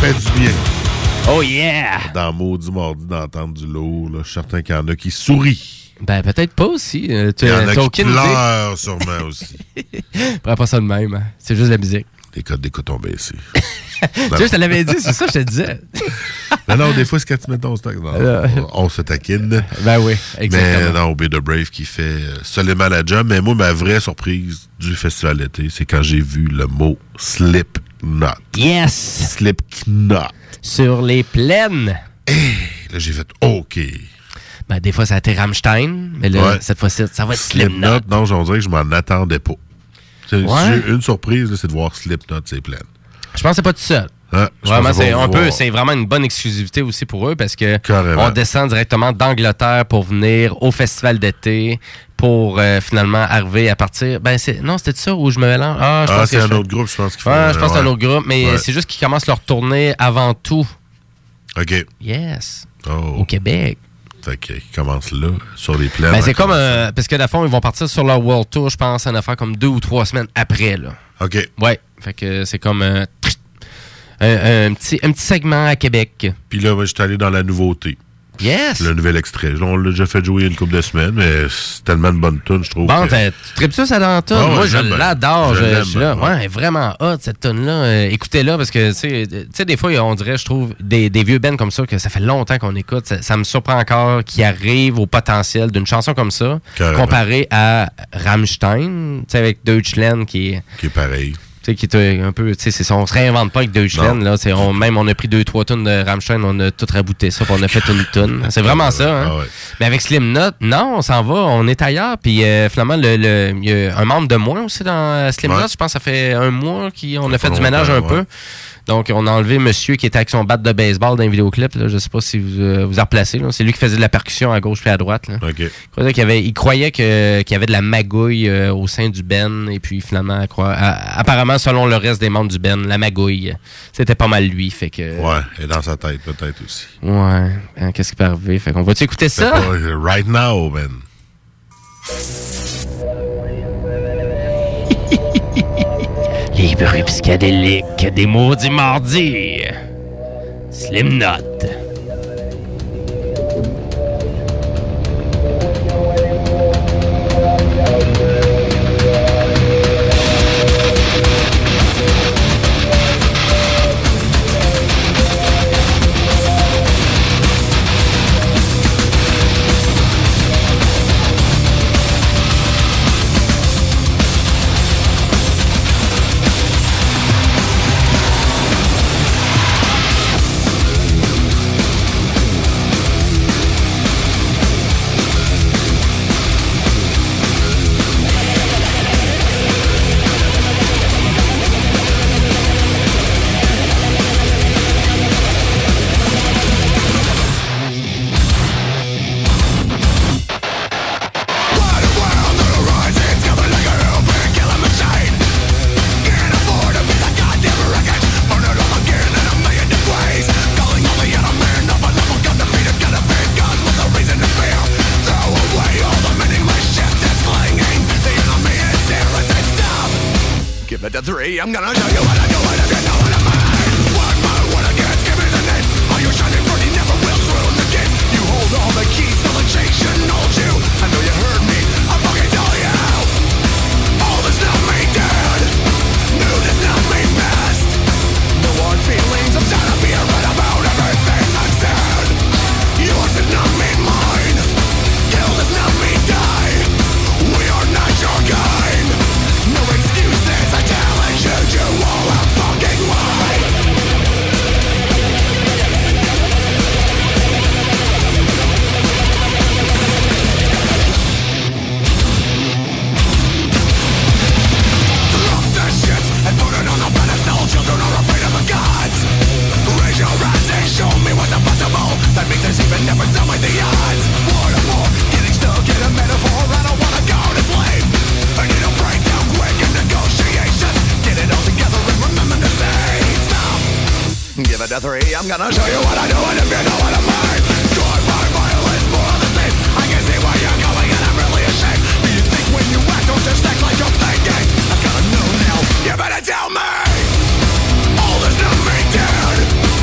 fait du bien. Oh yeah! Dans Maudit Mardi d'entendre du lourd, là, je suis certain qu'il y en a qui sourient. Ben, peut-être pas aussi. Euh, Il y en a qui aucune pleurent idée. sûrement aussi. Prends pas ça de même. Hein. C'est juste la musique. Les codes d'écoute ont baissé. Tu sais, je te l'avais dit, c'est ça que je te disais. Non, non, des fois, c'est quand tu mets ton stock. Non, on, on se taquine. Ben oui, exactement. Mais non, Be The Brave qui fait euh, solément la job. Mais moi, ma vraie surprise du festival d'été, c'est quand j'ai vu le mot Slipknot. Yes! Slipknot. Sur les plaines. Et là, j'ai fait OK. Ben, des fois, ça a été Rammstein, mais là, Ouais. cette fois-ci, ça va être Slipknot. Slipknot. Non, j'en dirais que je m'en attendais pas. C'est, Ouais. c'est une surprise, là, c'est de voir Slipknot, c'est plein. Je pense que c'est pas tout seul. Hein? Je Vraiment, pensais c'est pas un voir. peu, c'est vraiment une bonne exclusivité aussi pour eux parce que Carrément. on descend directement d'Angleterre pour venir au festival d'été pour euh, finalement arriver à partir. Ben c'est non, c'était ça où je me mélange. Ah, je Ah, pense c'est que un je- autre groupe, je pense qu'il faut. Ouais, je pense que c'est un ouais. autre groupe, mais Ouais. c'est juste qu'ils commencent leur tournée avant tout. OK. Yes. Oh. Au Québec. Fait qu'ils commencent là, sur les plaines. Ben, c'est en comme. commençant. euh, parce que, dans le fond, ils vont partir sur leur World Tour, je pense, en affaire comme deux ou trois semaines après, là. OK. Ouais. Fait que c'est comme. euh, un, un petit, un petit segment à Québec. Puis là, moi, j'étais allé dans la nouveauté. Yes! Le nouvel extrait. On l'a déjà fait jouer une couple de semaines, mais c'est tellement une bonne tune, je trouve. Bon, que... t'as- tu tripes ça, ça dans la toune? Ah ouais, Moi, je j'aime bien. l'adore. Je Je, l'aime je suis là. bien, Ouais, ouais. elle est vraiment hot, cette tune-là. Euh, écoutez-la, parce que, tu sais, tu sais, des fois, on dirait, je trouve, des, des vieux bands comme ça, que ça fait longtemps qu'on écoute. Ça, ça me surprend encore qu'ils arrivent au potentiel d'une chanson comme ça, Carrément. comparé à Rammstein, tu sais, avec Deutschland, qui est... Qui est pareil. Tu sais, qui est un peu, tu sais, c'est ça, on se réinvente pas avec Deutschland, Non. là. C'est, on, même, on a pris deux, trois tonnes de Rammstein, on a tout rabouté ça, puis on a fait une tonne. C'est vraiment ça, hein. Ah ouais. Mais avec Slipknot, non, on s'en va, on est ailleurs. Puis euh, finalement, le, le, il y a un membre de moins aussi dans euh, Slipknot. Ouais. Je pense que ça fait un mois qu'on a Ça fait fait du ménage un longtemps, peu. ouais. Donc, on a enlevé monsieur qui était avec son bat de baseball dans un vidéoclip. Là. Je sais pas si vous euh, vous a replacé. Là. C'est lui qui faisait de la percussion à gauche puis à droite. Là. OK. Il croyait qu'il y avait, il croyait que, qu'il y avait de la magouille euh, au sein du Ben. Et puis finalement, à croire- à- apparemment, selon le reste des membres du Ben, la magouille, c'était pas mal lui. Fait que, Ouais, et dans sa tête, peut-être aussi. ouais. Hein, qu'est-ce qui peut arriver? Fait qu'on va-tu écouter C'est ça? pas, euh, right now, man. Les bruits psychédéliques des maudits mardis. Slipknot. Give it a three, I'm gonna show you what I do, and if you know what I mean. One more, one against, give me the name. All your shining fruity never will ruin the game. You hold all the keys, so the chain shouldn't hold you. I know you heard me, I fucking tell you. All this not me dead, new this not me missed. No hard feelings, I'm tired of being right about everything I said. Yours does not mean mine, guilt does not mean die. We are not your kind. No excuses, I challenge you to all out fucking life. Drop the shit and put it on a pedestal. Children are afraid of the gods. Raise your eyes and show me what's impossible. That makes us even never tell me the odds. War to war, getting stuck in a metaphor. I don't wanna go to sleep. I need a breakdown quick in negotiations. Get it all together and remember to say stop. Give it a three, I'm gonna show you what I do, and if you know what I mean. Drive by violence, more of the same. I can see where you're going and I'm really ashamed. Do you think when you act, don't just act like you're thinking? I gotta know now, you better tell me. All this not me dead,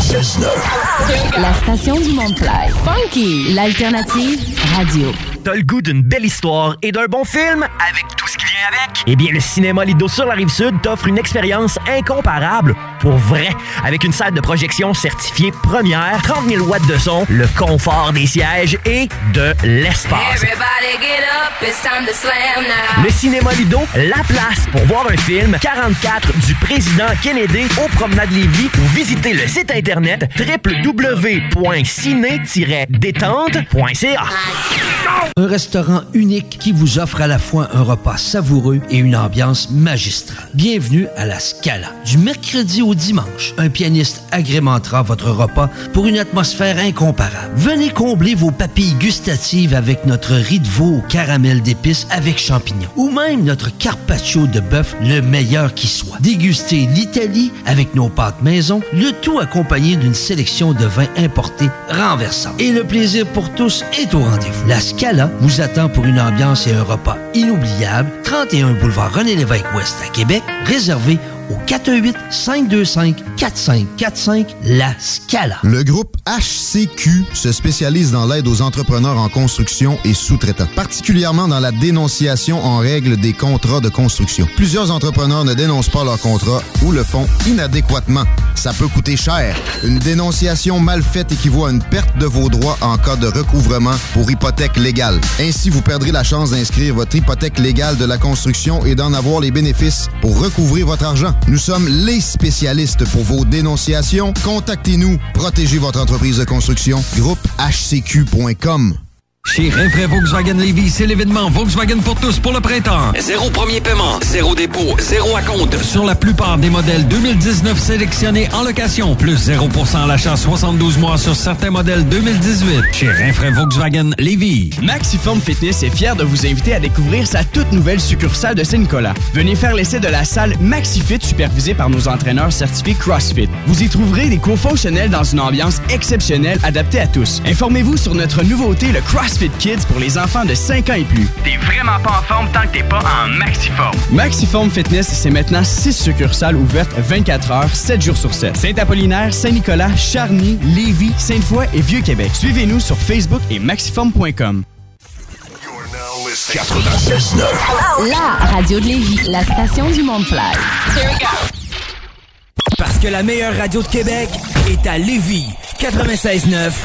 quatre-vingt-seize neuf. La station du Mont-Clair. Funky, l'alternative radio. T'as le goût d'une belle histoire et d'un bon film avec tout ce qui vient avec? Eh bien, le Cinéma Lido sur la Rive-Sud t'offre une expérience incomparable pour vrai. Avec une salle de projection certifiée première, trente mille watts de son, le confort des sièges et de l'espace. Le Cinéma Lido, la place pour voir un film quarante-quatre du président Kennedy au Promenade Lévis ou visiter le site internet w w w point ciné tiret détente point c a. Un restaurant unique qui vous offre à la fois un repas savoureux et une ambiance magistrale. Bienvenue à la Scala. Du mercredi au dimanche, un pianiste agrémentera votre repas pour une atmosphère incomparable. Venez combler vos papilles gustatives avec notre riz de veau au caramel d'épices avec champignons ou même notre carpaccio de bœuf, le meilleur qui soit. Dégustez l'Italie avec nos pâtes maison, le tout accompagné d'une sélection de vins importés renversants. Et le plaisir pour tous est au rendez-vous. La Scala vous attend pour une ambiance et un repas inoubliables. trente et un boulevard René-Lévesque-Ouest à Québec, réservé au quatre un huit, cinq deux cinq, quatre cinq quatre cinq, La Scala. Le groupe H C Q se spécialise dans l'aide aux entrepreneurs en construction et sous-traitants, particulièrement dans la dénonciation en règle des contrats de construction. Plusieurs entrepreneurs ne dénoncent pas leurs contrats ou le font inadéquatement. Ça peut coûter cher. Une dénonciation mal faite équivaut à une perte de vos droits en cas de recouvrement pour hypothèque légale. Ainsi, vous perdrez la chance d'inscrire votre hypothèque légale de la construction et d'en avoir les bénéfices pour recouvrir votre argent. Nous sommes les spécialistes pour vos dénonciations. Contactez-nous. Protégez votre entreprise de construction. Groupe H C Q point com. Chez Rinfraie Volkswagen Lévis, c'est l'événement Volkswagen pour tous pour le printemps. Zéro premier paiement, zéro dépôt, zéro acompte sur la plupart des modèles deux mille dix-neuf sélectionnés en location. Plus zéro pour cent à l'achat soixante-douze mois sur certains modèles deux mille dix-huit. Chez Rinfraie Volkswagen Lévis. Maxiform Fitness est fier de vous inviter à découvrir sa toute nouvelle succursale de Saint-Nicolas. Venez faire l'essai de la salle MaxiFit supervisée par nos entraîneurs certifiés CrossFit. Vous y trouverez des cours fonctionnels dans une ambiance exceptionnelle adaptée à tous. Informez-vous sur notre nouveauté, le CrossFit Kids pour les enfants de cinq ans et plus. T'es vraiment pas en forme tant que t'es pas en Maxiform. Maxiform Fitness, c'est maintenant six succursales ouvertes vingt-quatre heures, sept jours sur sept. Saint-Apollinaire, Saint-Nicolas, Charny, Lévis, Sainte-Foy et Vieux-Québec. Suivez-nous sur Facebook et maxiform point com. quatre-vingt-seize neuf. La radio de Lévis, la station du Mont-Clair. Here we go. Parce que la meilleure radio de Québec est à Lévis. quatre-vingt-seize neuf.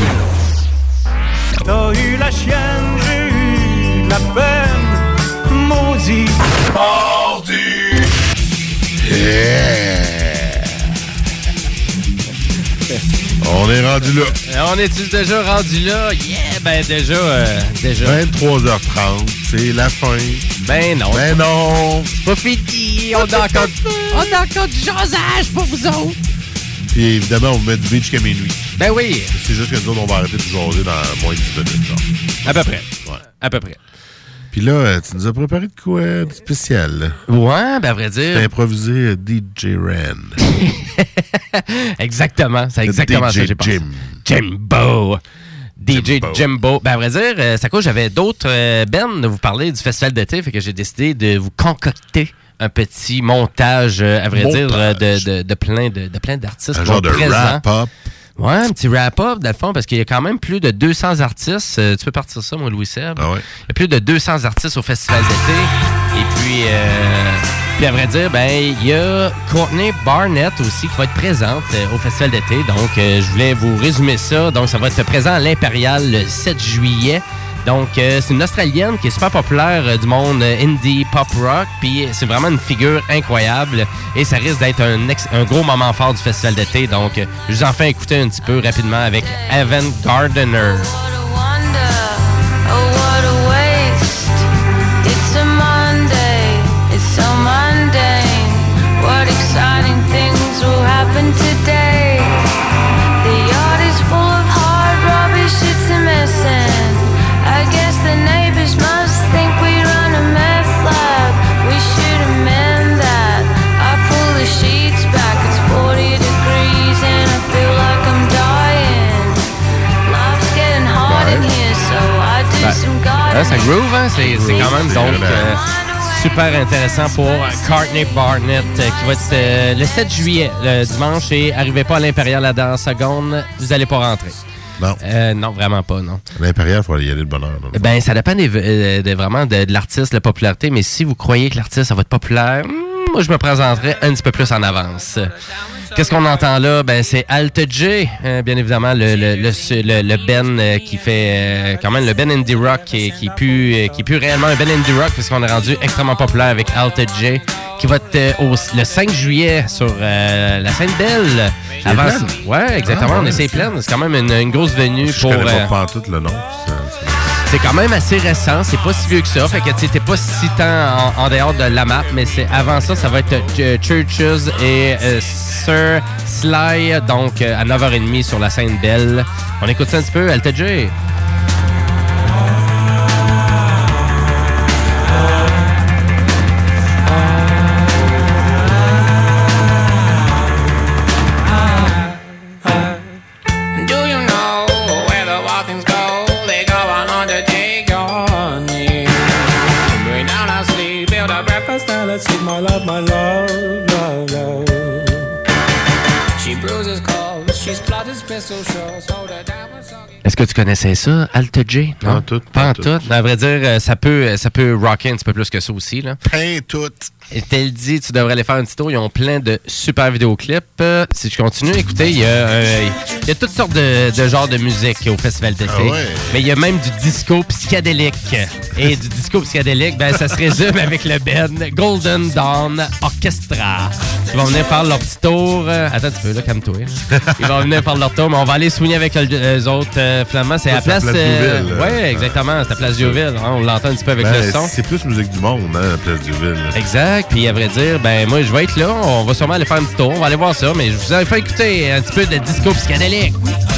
T'as eu la chienne, j'ai eu de la peine, maudit. Mardi! Yeah! On est rendu là. On est-tu déjà rendu là? Yeah! Ben déjà, euh, déjà. vingt-trois heures trente, c'est la fin. Ben non. Ben non. C'est pas fini. On a encore, on a encore du jasage pour vous autres. Puis évidemment, on met du beach jusqu'à minuit. Ben oui. C'est juste que nous autres, on va arrêter de jaser dans moins de dix minutes. Genre. À peu près. Ouais. À peu près. Puis là, tu nous as préparé de quoi de spécial? Là? Ouais, ben à vrai dire. C'est improvisé D J Ren. Exactement. C'est exactement D J ça que j'ai pensé. Jim. Jimbo. D J Jimbo. Jimbo. Ben à vrai dire, euh, c'est à cause j'avais d'autres euh, Ben de vous parler du festival d'été, fait que j'ai décidé de vous concocter un petit montage, euh, à vrai montage. dire, euh, de, de, de plein de, de plein d'artistes. Un genre de présents. wrap-up. Ouais, un petit wrap-up, dans le fond, parce qu'il y a quand même plus de deux cents artistes. Euh, tu peux partir ça, moi, Louis-Seb? Ah ouais. Il y a plus de deux cents artistes au festival d'été. Et puis, euh, puis à vrai dire, ben il y a Courtney Barnett aussi qui va être présente euh, au festival d'été. Donc, euh, je voulais vous résumer ça. Donc, ça va être présent à l'Impérial le sept juillet. Donc, euh, c'est une Australienne qui est super populaire euh, du monde euh, indie pop rock. Puis, c'est vraiment une figure incroyable. Et ça risque d'être un, ex- un gros moment fort du festival d'été. Donc, euh, je vous en fais écouter un petit peu rapidement avec Evan Gardner. Ouais, ça groove, hein? C'est, c'est quand même donc euh, super intéressant pour Courtney Barnett euh, qui va être euh, le sept juillet, le dimanche, et arrivez pas à l'Impérial à dans la seconde, vous allez pas rentrer. Non. Euh, non, vraiment pas, non. À l'Impérial, il faut aller y aller de bonne heure. Là. Ben, ça dépend des, euh, de, vraiment de, de l'artiste, la popularité, mais si vous croyez que l'artiste, ça va être populaire, hmm, moi, je me présenterai un petit peu plus en avance. Qu'est-ce qu'on entend là? Ben, c'est Alt J, euh, bien évidemment, le, le, le, le, le Ben euh, qui fait euh, quand même le Ben Indie Rock qui, qui, est plus, euh, qui est plus réellement un Ben Indie Rock parce qu'on est rendu extrêmement populaire avec Alt J qui va être euh, au, le cinq juillet sur euh, la Sainte-Belle. Avant, ouais, exactement, ah, ouais, on essaie plein. C'est quand même une, une grosse venue je pour... Je connais euh, pas tout le nom. C'est, c'est... C'est quand même assez récent, c'est pas si vieux que ça, fait que tu t'es pas si tant en, en dehors de la map, mais c'est avant ça, ça va être euh, Churches et euh, Sir Sly, donc euh, à neuf heures trente sur la Sainte-Belle. On écoute ça un petit peu, Alt J. Sweet, my love, my love, love, love. She bruises calls, she splutters pistol shots, hold her down with soggy. Est-ce que tu connaissais ça, Alt J? Pas en tout. Pas en tout. tout. À vrai dire, ça peut, ça peut rocker un petit peu plus que ça aussi, là. Pas tout. Et tel dit, tu devrais aller faire un petit tour. Ils ont plein de super vidéoclips. Euh, si je continue, écoutez, il y a, euh, il y a toutes sortes de, de genres de musique au Festival d'été. Ah ouais. Mais il y a même du disco psychédélique. Et du disco psychédélique, ben, ça se résume avec le Ben Golden Dawn Orchestra. Ils vont venir faire leur petit tour. Euh, attends un petit peu, là, calme-toi. Ils vont venir faire leur tour, mais on va aller soigner avec eux autres. Euh, finalement, c'est ça, à la place... place euh, Diouville, oui, exactement. C'est à Place Diouville. Hein, on l'entend un petit peu avec ben, le son. C'est plus musique du monde, hein, la Place Diouville. Exact. Puis à vrai dire, ben moi je vais être là, on va sûrement aller faire un petit tour, on va aller voir ça, mais je vous ai fait écouter un petit peu de disco psychédélique.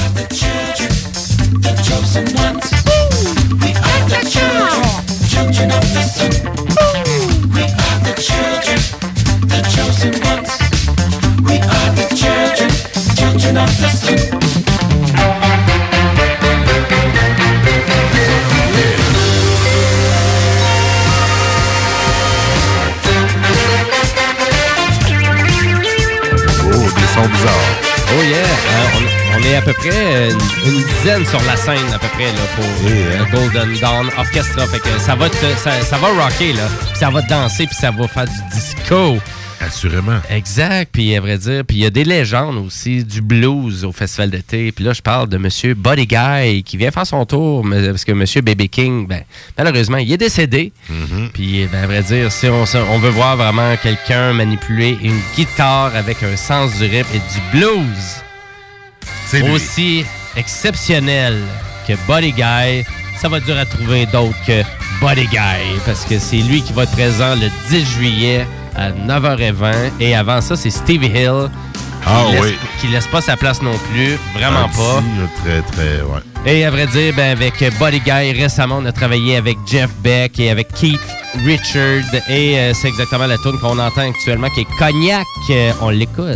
Sont bizarres. Oh yeah! Euh, on, on est à peu près une, une dizaine sur la scène à peu près là, pour yeah. euh, Golden Dawn Orchestra. Fait que ça va, te, ça, ça va rocker, là. Puis ça va danser, puis ça va faire du disco. Assurément. Exact. Puis à vrai dire, puis il y a des légendes aussi du blues au Festival d'été. Puis là, je parle de Monsieur Buddy Guy qui vient faire son tour parce que Monsieur B B King, ben malheureusement, il est décédé. Mm-hmm. Puis ben, à vrai dire, si on, on veut voir vraiment quelqu'un manipuler une guitare avec un sens du rythme et du blues c'est aussi lui. Exceptionnel que Buddy Guy, ça va être dur à trouver d'autres que Buddy Guy parce que c'est lui qui va être présent le dix juillet à neuf heures vingt. Et avant ça, c'est Stevie Hill qui, ah, laisse, oui. qui laisse pas sa place non plus. Vraiment ah, pas. Si, très, très, ouais. Et à vrai dire, ben, avec Buddy Guy, récemment, on a travaillé avec Jeff Beck et avec Keith Richard. Et euh, c'est exactement la tune qu'on entend actuellement qui est Cognac. Euh, on l'écoute.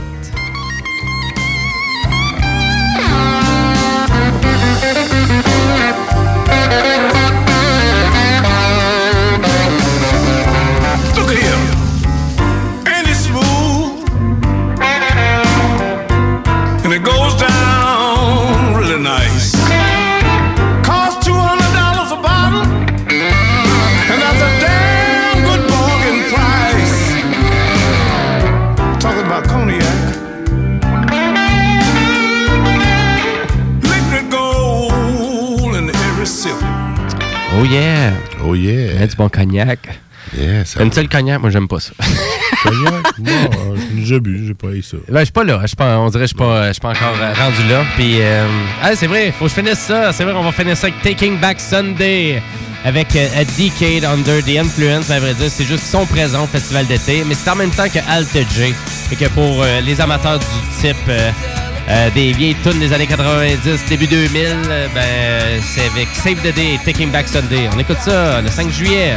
Oh yeah! Oh yeah! Il y a du bon cognac. Yeah, T'aimes-tu le cognac? Moi, j'aime pas ça. Cognac? Moi, j'ai bu, j'ai pas eu ça. Ben, je suis pas là. Je pas, on dirait que je suis pas, pas encore rendu là. Puis, euh, ah, c'est vrai, faut que je finisse ça. C'est vrai, on va finir ça avec Taking Back Sunday. Avec euh, A Decade Under the Influence, à vrai dire, c'est juste qu'ils sont présents au festival d'été, mais c'est en même temps que Alt J. Et que pour euh, les amateurs du type euh, euh, des vieilles tunes des années quatre-vingt-dix, début deux mille, euh, ben, c'est avec Save the Day et Taking Back Sunday. On écoute ça le cinq juillet.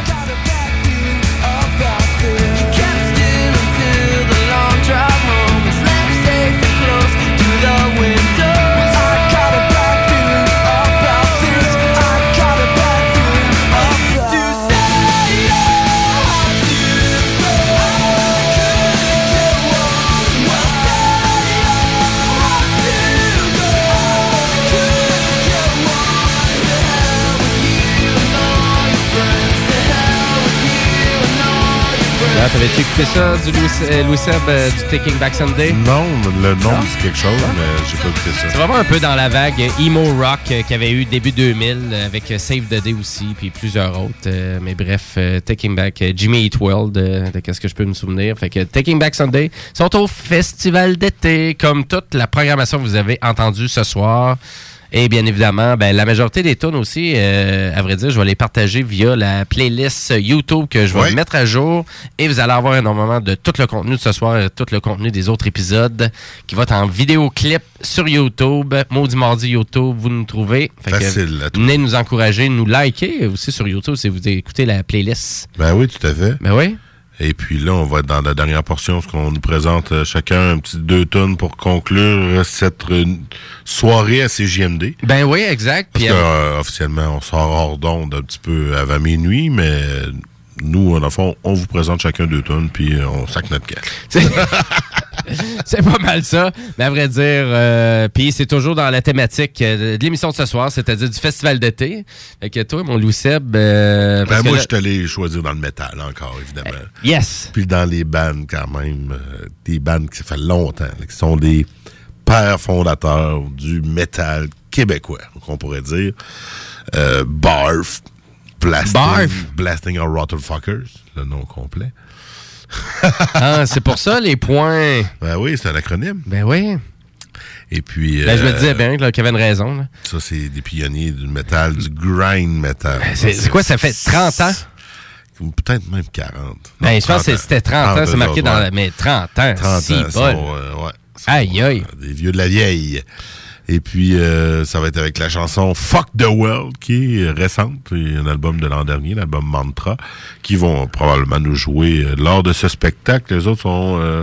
t'avais-tu écouté ça du Louis, euh, Louis Seb, euh, du Taking Back Sunday? Non, le nom Non? dit quelque chose, mais j'ai pas écouté ça. C'est vraiment un peu dans la vague emo rock euh, qu'il y avait eu début deux mille, euh, avec euh, Save the Day aussi, puis plusieurs autres. Euh, mais bref, euh, Taking Back, euh, Jimmy Eat World, euh, de qu'est-ce que je peux me souvenir. Fait que Taking Back Sunday sont au festival d'été, comme toute la programmation que vous avez entendue ce soir. Et bien évidemment, ben, la majorité des tunes aussi, euh, à vrai dire, je vais les partager via la playlist YouTube que je vais oui. mettre à jour. Et vous allez avoir énormément de tout le contenu de ce soir et tout le contenu des autres épisodes qui va être en vidéoclip sur YouTube. Maudit Mardi YouTube, vous nous trouvez. Fait Facile. Que, venez nous encourager, nous liker aussi sur YouTube si vous écoutez la playlist. Ben oui, tout à fait. Ben oui. Et puis là, on va être dans la dernière portion, ce qu'on nous présente euh, chacun un petit deux tonnes pour conclure cette euh, soirée à C J M D. Ben oui, exact. Parce Puis, que, euh, officiellement, on sort hors d'onde un petit peu avant minuit, mais nous, en fond, on vous présente chacun deux tonnes, puis on sac notre gueule. C'est pas mal ça. Mais à vrai dire, euh, puis c'est toujours dans la thématique de l'émission de ce soir, c'est-à-dire du festival d'été. Fait que toi, mon Louis Seb... Euh, ben moi, là... je suis allé choisir dans le métal encore, évidemment. Euh, yes! Puis dans les bandes, quand même, euh, des bandes qui ça fait longtemps, là, qui sont des pères fondateurs du métal québécois, on pourrait dire. Euh, Barf, Blasting, Barf. Blasting Our Rotterfuckers, le nom complet. Ah, c'est pour ça, les points. Ben oui, c'est un acronyme. Ben oui. Et puis... Ben, je me euh, disais bien qu'il y avait une raison. Là. Ça, c'est des pionniers du métal, du grind metal. C'est, c'est quoi, ça fait trente ans? Peut-être même quarante. Ben, Non, je pense que c'était trente ans, c'est marqué dans la... Mais trente ans, trente si ans, bol. sont, euh, ouais, sont, aïe, aïe. Euh, des vieux de la vieille. Et puis, euh, ça va être avec la chanson Fuck the World, qui est récente, et un album de l'an dernier, l'album Mantra, qui vont probablement nous jouer euh, lors de ce spectacle. Les autres sont, euh,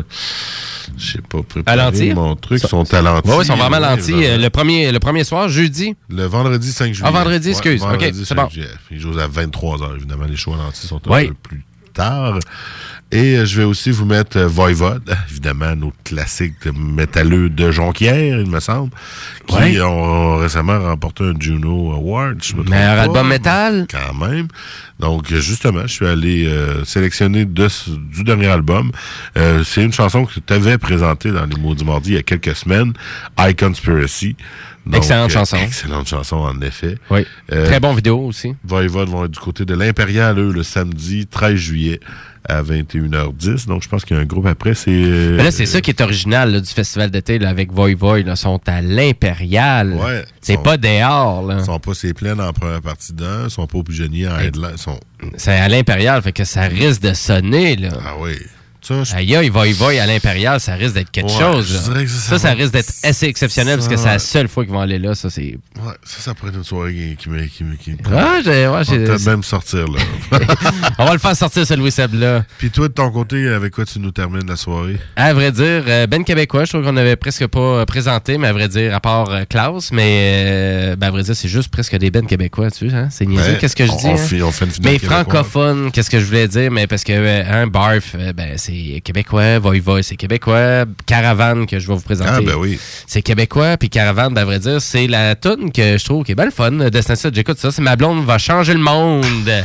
je sais pas, préparés, mon truc, so, sont talentis. Oui, ils sont vraiment lentis. Ouais, le, premier, le premier soir, jeudi. Le vendredi cinq juillet. Ah, vendredi, excuse. Ouais, vendredi OK, c'est bon. Juillet. Ils jouent à vingt-trois heures, évidemment. Les shows lentis sont un oui. peu plus tard. Et euh, je vais aussi vous mettre euh, Voivode, évidemment, notre classique métalleux de Jonquière, il me semble, qui ouais. ont récemment remporté un Juno Award. Je me trompe Meilleur pas, album métal. Quand même. Donc, justement, je suis allé euh, sélectionner de, du dernier album. Euh, c'est une chanson que tu avais présentée dans les Maudits Mardis il y a quelques semaines, I Conspiracy. Donc, excellente euh, chanson. Excellente chanson, en effet. Oui. Euh, Très bon vidéo aussi. Voivode vont être du côté de l'Impérial, eux, le samedi treize juillet à vingt et une heures dix. Donc, je pense qu'il y a un groupe après. C'est euh, là, c'est euh, ça qui est original là, du festival d'été là, avec Voivode. Ils sont à l'Impérial. Ouais. C'est sont, pas dehors. Là. Ils sont pas ses plaines en première partie d'un. Ils sont pas au Pigeonnier en headline. Sont... C'est à l'Impérial, fait que ça risque de sonner. Là. Ah oui. Ça, je... Aïe, aïe, Voivode à l'Impérial, ça risque d'être quelque ouais, chose. Je dirais que ça, ça, ça, ça risque d'être assez exceptionnel ça, parce que c'est la seule fois qu'ils vont aller là. Ça, c'est... Ouais, ça, ça pourrait être une soirée qui me. Qui, qui, qui... Ah, j'ai, ouais, j'ai... On va peut-être même sortir là. On va le faire sortir, ce Louis Seb là. Puis toi, de ton côté, avec quoi tu nous termines la soirée? À vrai dire, Ben Québécois, je trouve qu'on avait presque pas présenté, mais à vrai dire, à part Klaus, mais ben, à vrai dire, c'est juste presque des Ben Québécois, tu sais, hein? C'est niaiseux, ouais, qu'est-ce que je dis? On, hein? fait, on fait une finale mais francophone, qu'est-ce que je voulais dire? Mais parce que un Barf, ben, c'est québécois. Voivode, c'est québécois. Caravane, que je vais vous présenter, ah, ben oui. c'est québécois. Puis Caravane, ben, à vrai dire, c'est la toune que je trouve qui est bien le fun. Destination, j'écoute ça. C'est Ma blonde va changer le monde.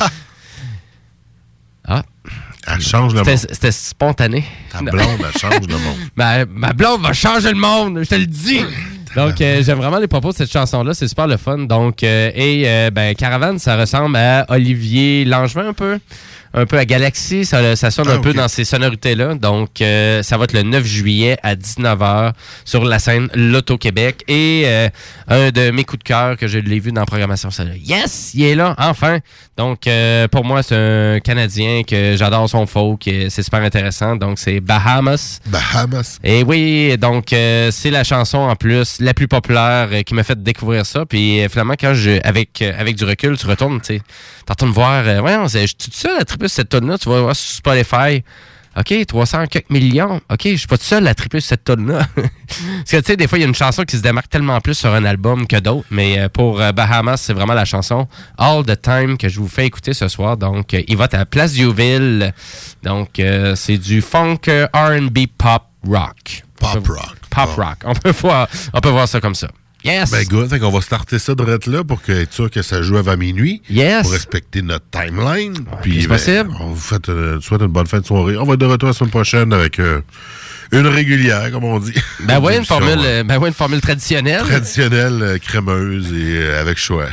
Ah. Elle change le c'était, monde. C'était spontané. Ta blonde, elle change le monde. ma, ma blonde va changer le monde, je te le dis. Donc, euh, j'aime vraiment les propos de cette chanson-là. C'est super le fun. Donc, euh, et euh, ben, Caravane, ça ressemble à Olivier Langevin un peu. Un peu à Galaxy, ça, ça sonne ah, un okay. peu dans ces sonorités-là. Donc, euh, ça va être le neuf juillet à dix-neuf heures sur la scène Loto-Québec. Et euh, un de mes coups de cœur que je l'ai vu dans la programmation, c'est là. Yes! Il est là, enfin! Donc, euh, pour moi, c'est un Canadien que j'adore son folk. C'est super intéressant. Donc, c'est Bahamas. Bahamas. Et oui, donc, euh, c'est la chanson, en plus, la plus populaire euh, qui m'a fait découvrir ça. Puis, euh, finalement, quand je, avec, euh, avec du recul, tu retournes, tu sais, tu retournes voir, euh, ouais, je suis tout seul à triper sur cette tonne-là. Tu vas voir sur Spotify. OK, trois cents quelques millions. OK, je suis pas tout seul à triper sur cette tonne-là. Parce que, tu sais, des fois, il y a une chanson qui se démarque tellement plus sur un album que d'autres. Mais euh, pour euh, Bahamas, c'est vraiment la chanson All the Time que je vous fais écouter ce soir. Donc, euh, il va à Place Diouville. Donc, euh, c'est du funk R and B pop rock. Pop rock. Pop oh. rock. On peut voir, on peut voir ça comme ça. Yes! Ben, good. Fait qu'on va starter ça de là pour que, être sûr que ça joue avant minuit. Yes! Pour respecter notre timeline. Ouais, Puis, c'est ben, possible. on vous fait, euh, souhaite une bonne fin de soirée. On va être de retour la semaine prochaine avec euh, une régulière, comme on dit. Ben oui, une Émission, formule, euh, euh, ben ouais, une formule traditionnelle. traditionnelle, euh, crémeuse et euh, avec choix.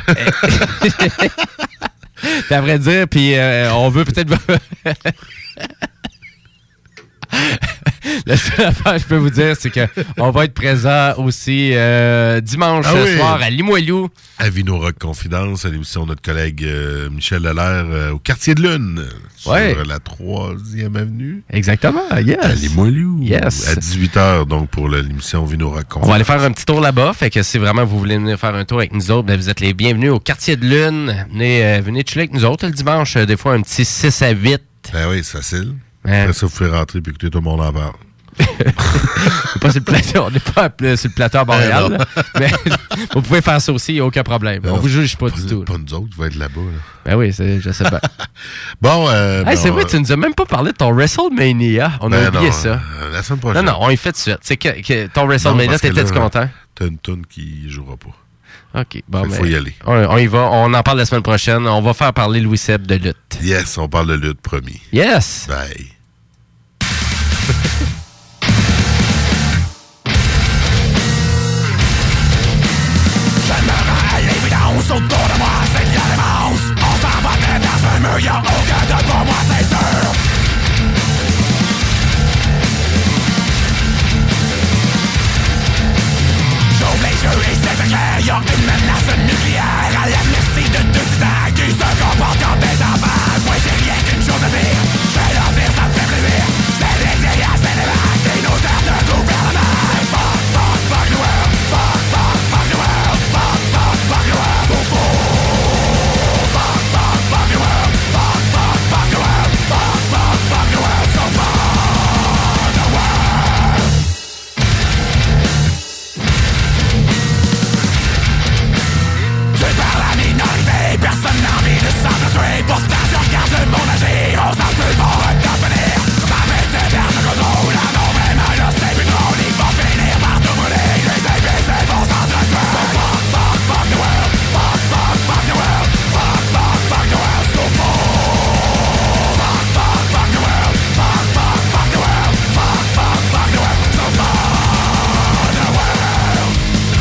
Puis à vrai dire, puis euh, on veut peut-être... La seule affaire que je peux vous dire, c'est qu'on va être présent aussi euh, dimanche Ah oui. soir à Limoilou. À Vino Rock Confidence, à l'émission de notre collègue euh, Michel Allaire euh, au Quartier de Lune, sur Ouais. la troisième avenue. Exactement, yes. À Limoilou. Yes. À dix-huit heures, donc, pour le- l'émission Vino Rock Confidence. On va aller faire un petit tour là-bas. Fait que si vraiment vous voulez venir faire un tour avec nous autres, ben vous êtes les bienvenus au Quartier de Lune. Venez, euh, venez chiller avec nous autres le dimanche. euh, Des fois, un petit six à huit. Ben oui, c'est facile. Hein? Après ça, vous pouvez rentrer et écouter tout le monde en parle. C'est pas sur le plateau, on n'est pas à- sur le plateau à Montréal. Eh non. là. Mais vous pouvez faire ça aussi, il n'y a aucun problème. On Non, vous juge pas du pas- tout. Pas nous autres, qui va être là-bas. Là. Ben oui, c'est, je sais pas. Bon, euh, Hey, ben, c'est on- vrai, tu nous as même pas parlé de ton WrestleMania. On a Ben oublié non, ça. euh, la semaine prochaine. Non, non, on y fait tout de suite. C'est que, que ton Non, WrestleMania, parce que t'étais-tu là, content? T'as une toune qui jouera pas. OK. Bon, Il faut ben, y aller. On, on y va. On en parle la semaine prochaine. On va faire parler Louis Seb de lutte. Yes, on parle de lutte, promis. Yes! Bye. J'aimerais l'évidence autour de moi, c'est bien l'immense. On s'en va même dans un mur, y'a aucun doute pour moi, c'est sûr. J'ouvre les yeux et c'est clair, y'a une menace nucléaire à la merci de deux titans qui se comportent comme des enfants. Moi j'ai rien qu'une chose à dire, j'ai l'envie, ça me fait plaisir. C'est les dégâts, c'est les vagues, des notaires de gouvernement. Fuck, fuck, fuck the world, fuck, fuck, fuck the world, fuck, fuck, fuck the world, so full. Fuck, fuck, fuck the world, fuck, fuck, fuck the world, fuck, fuck, fuck the world, so fuck the world. Tu parles à minorité, personne n'a envie de s'entretuer. Pourtant je regarde le monde agir, on s'en fout pour redevenir. Ma mente perd le contrôle, la non vraiment là c'est plus drôle. Ils vont finir par tout brûler, les imbéciles vont s'entretuer. So fuck, fuck, fuck the world, fuck, fuck, fuck the world, fuck, fuck, fuck the world, so full. Fuck, fuck, fuck the world, fuck, fuck, fuck the world, fuck, fuck, fuck the world, so fuck the world.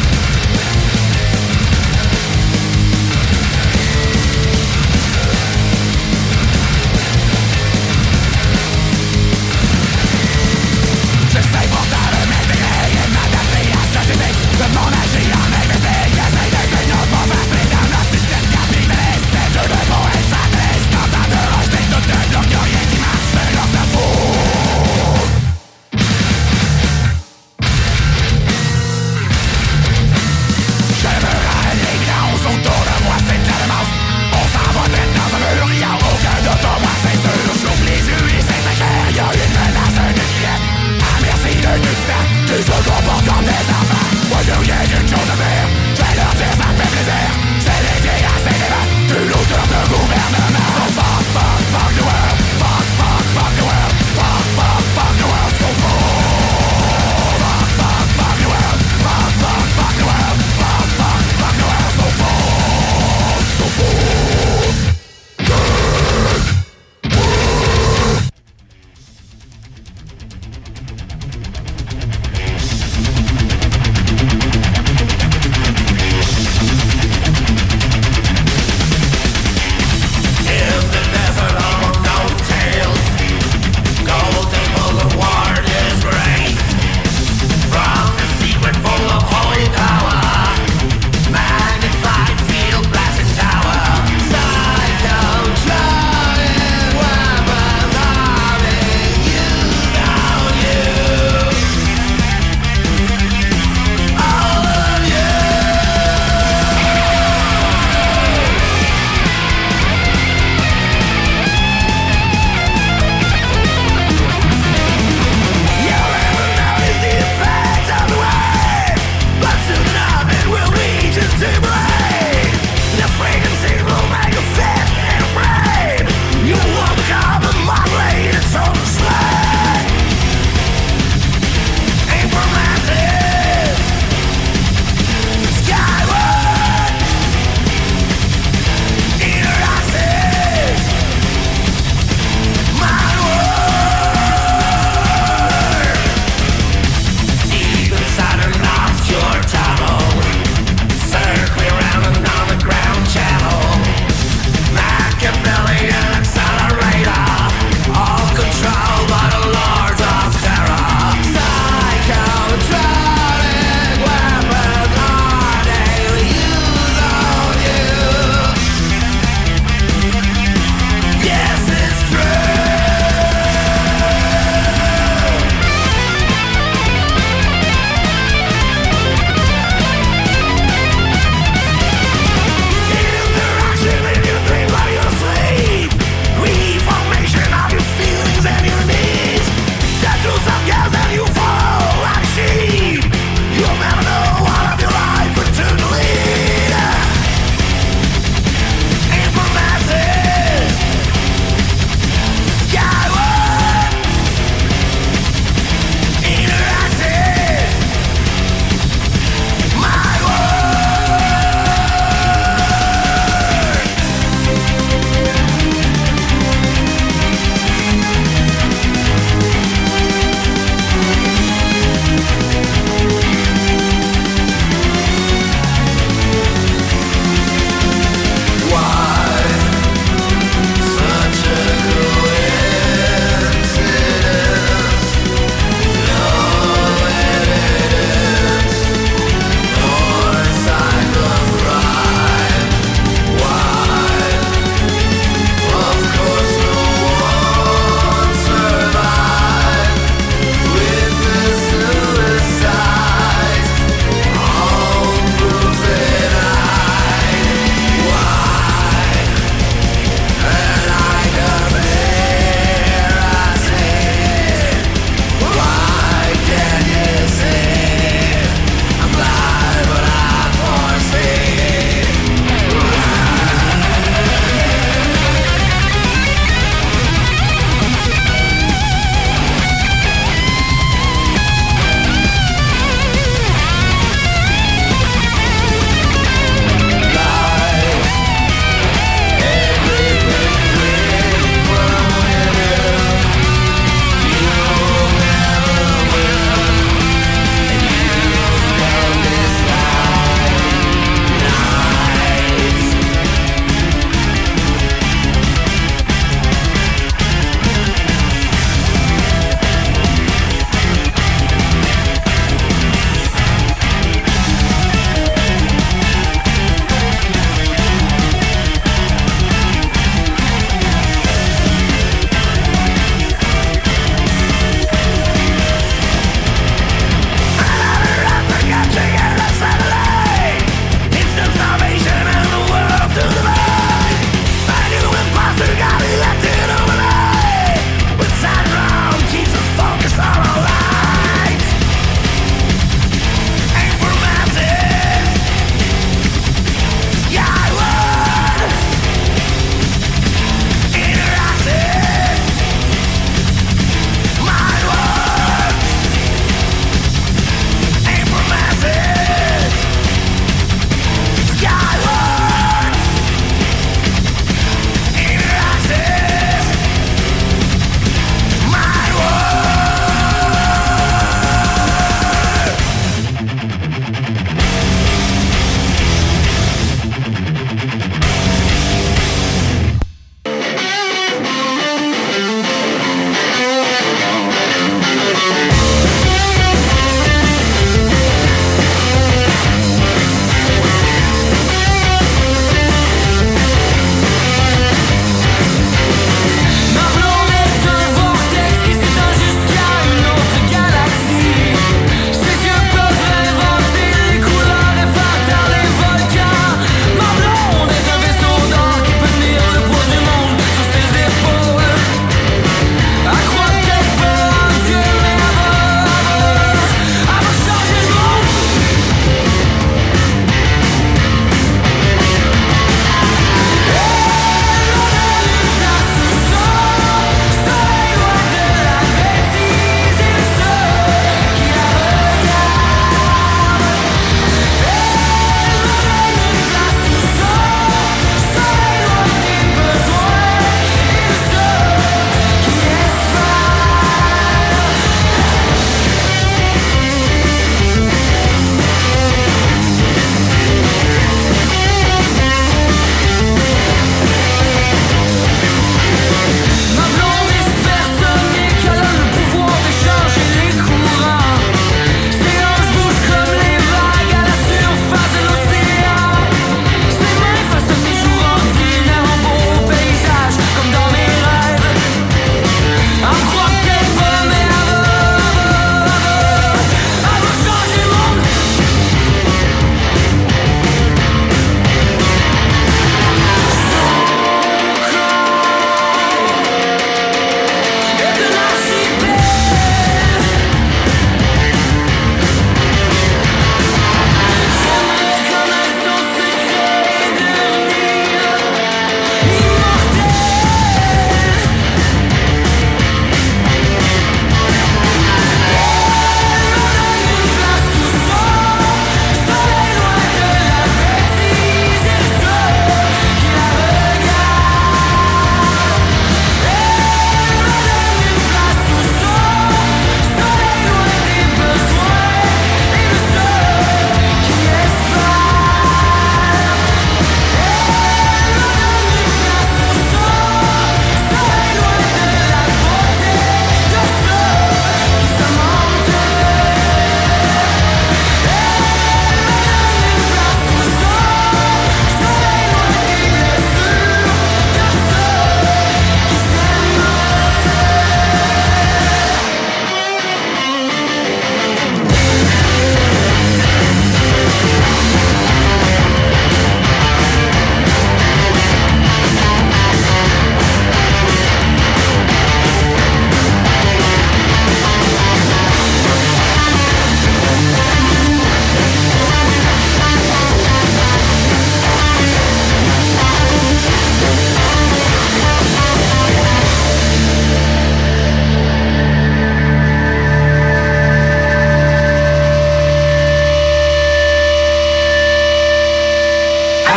J'essaie pourtant de m'intégrer et m'adapter à la société. Le monde agit en imbécile, j'essaie de finir pour passer dans notre système capitaliste. C'est jeu de mots et fataliste, tentant de rejeter tout de bloc, y'a rien qui marche, c'est leur sa faute. J'aimerais l'évidence autour de moi, c'est de la démence. On s'en va mettre dans un mur, y'a aucun doute pour moi, c'est sûr. J'ouvre les yeux et c'est très clair, y'a une menace nucléaire. Ah merci de tout ça, qui se comportent comme des enfants. Moi j'ai rien qu'une chose à faire, je vais leur dire ça me fait plaisir. C'est les dégâts, c'est les vagues, de l'auteur de gouvernement. So fuck, fuck, fuck the world, fuck, fuck, fuck the world, fuck, fuck, fuck the world, so full. Fuck, fuck, fuck the world, fuck, fuck, fuck the world, fuck, fuck, fuck the world, so full, so full.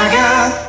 I got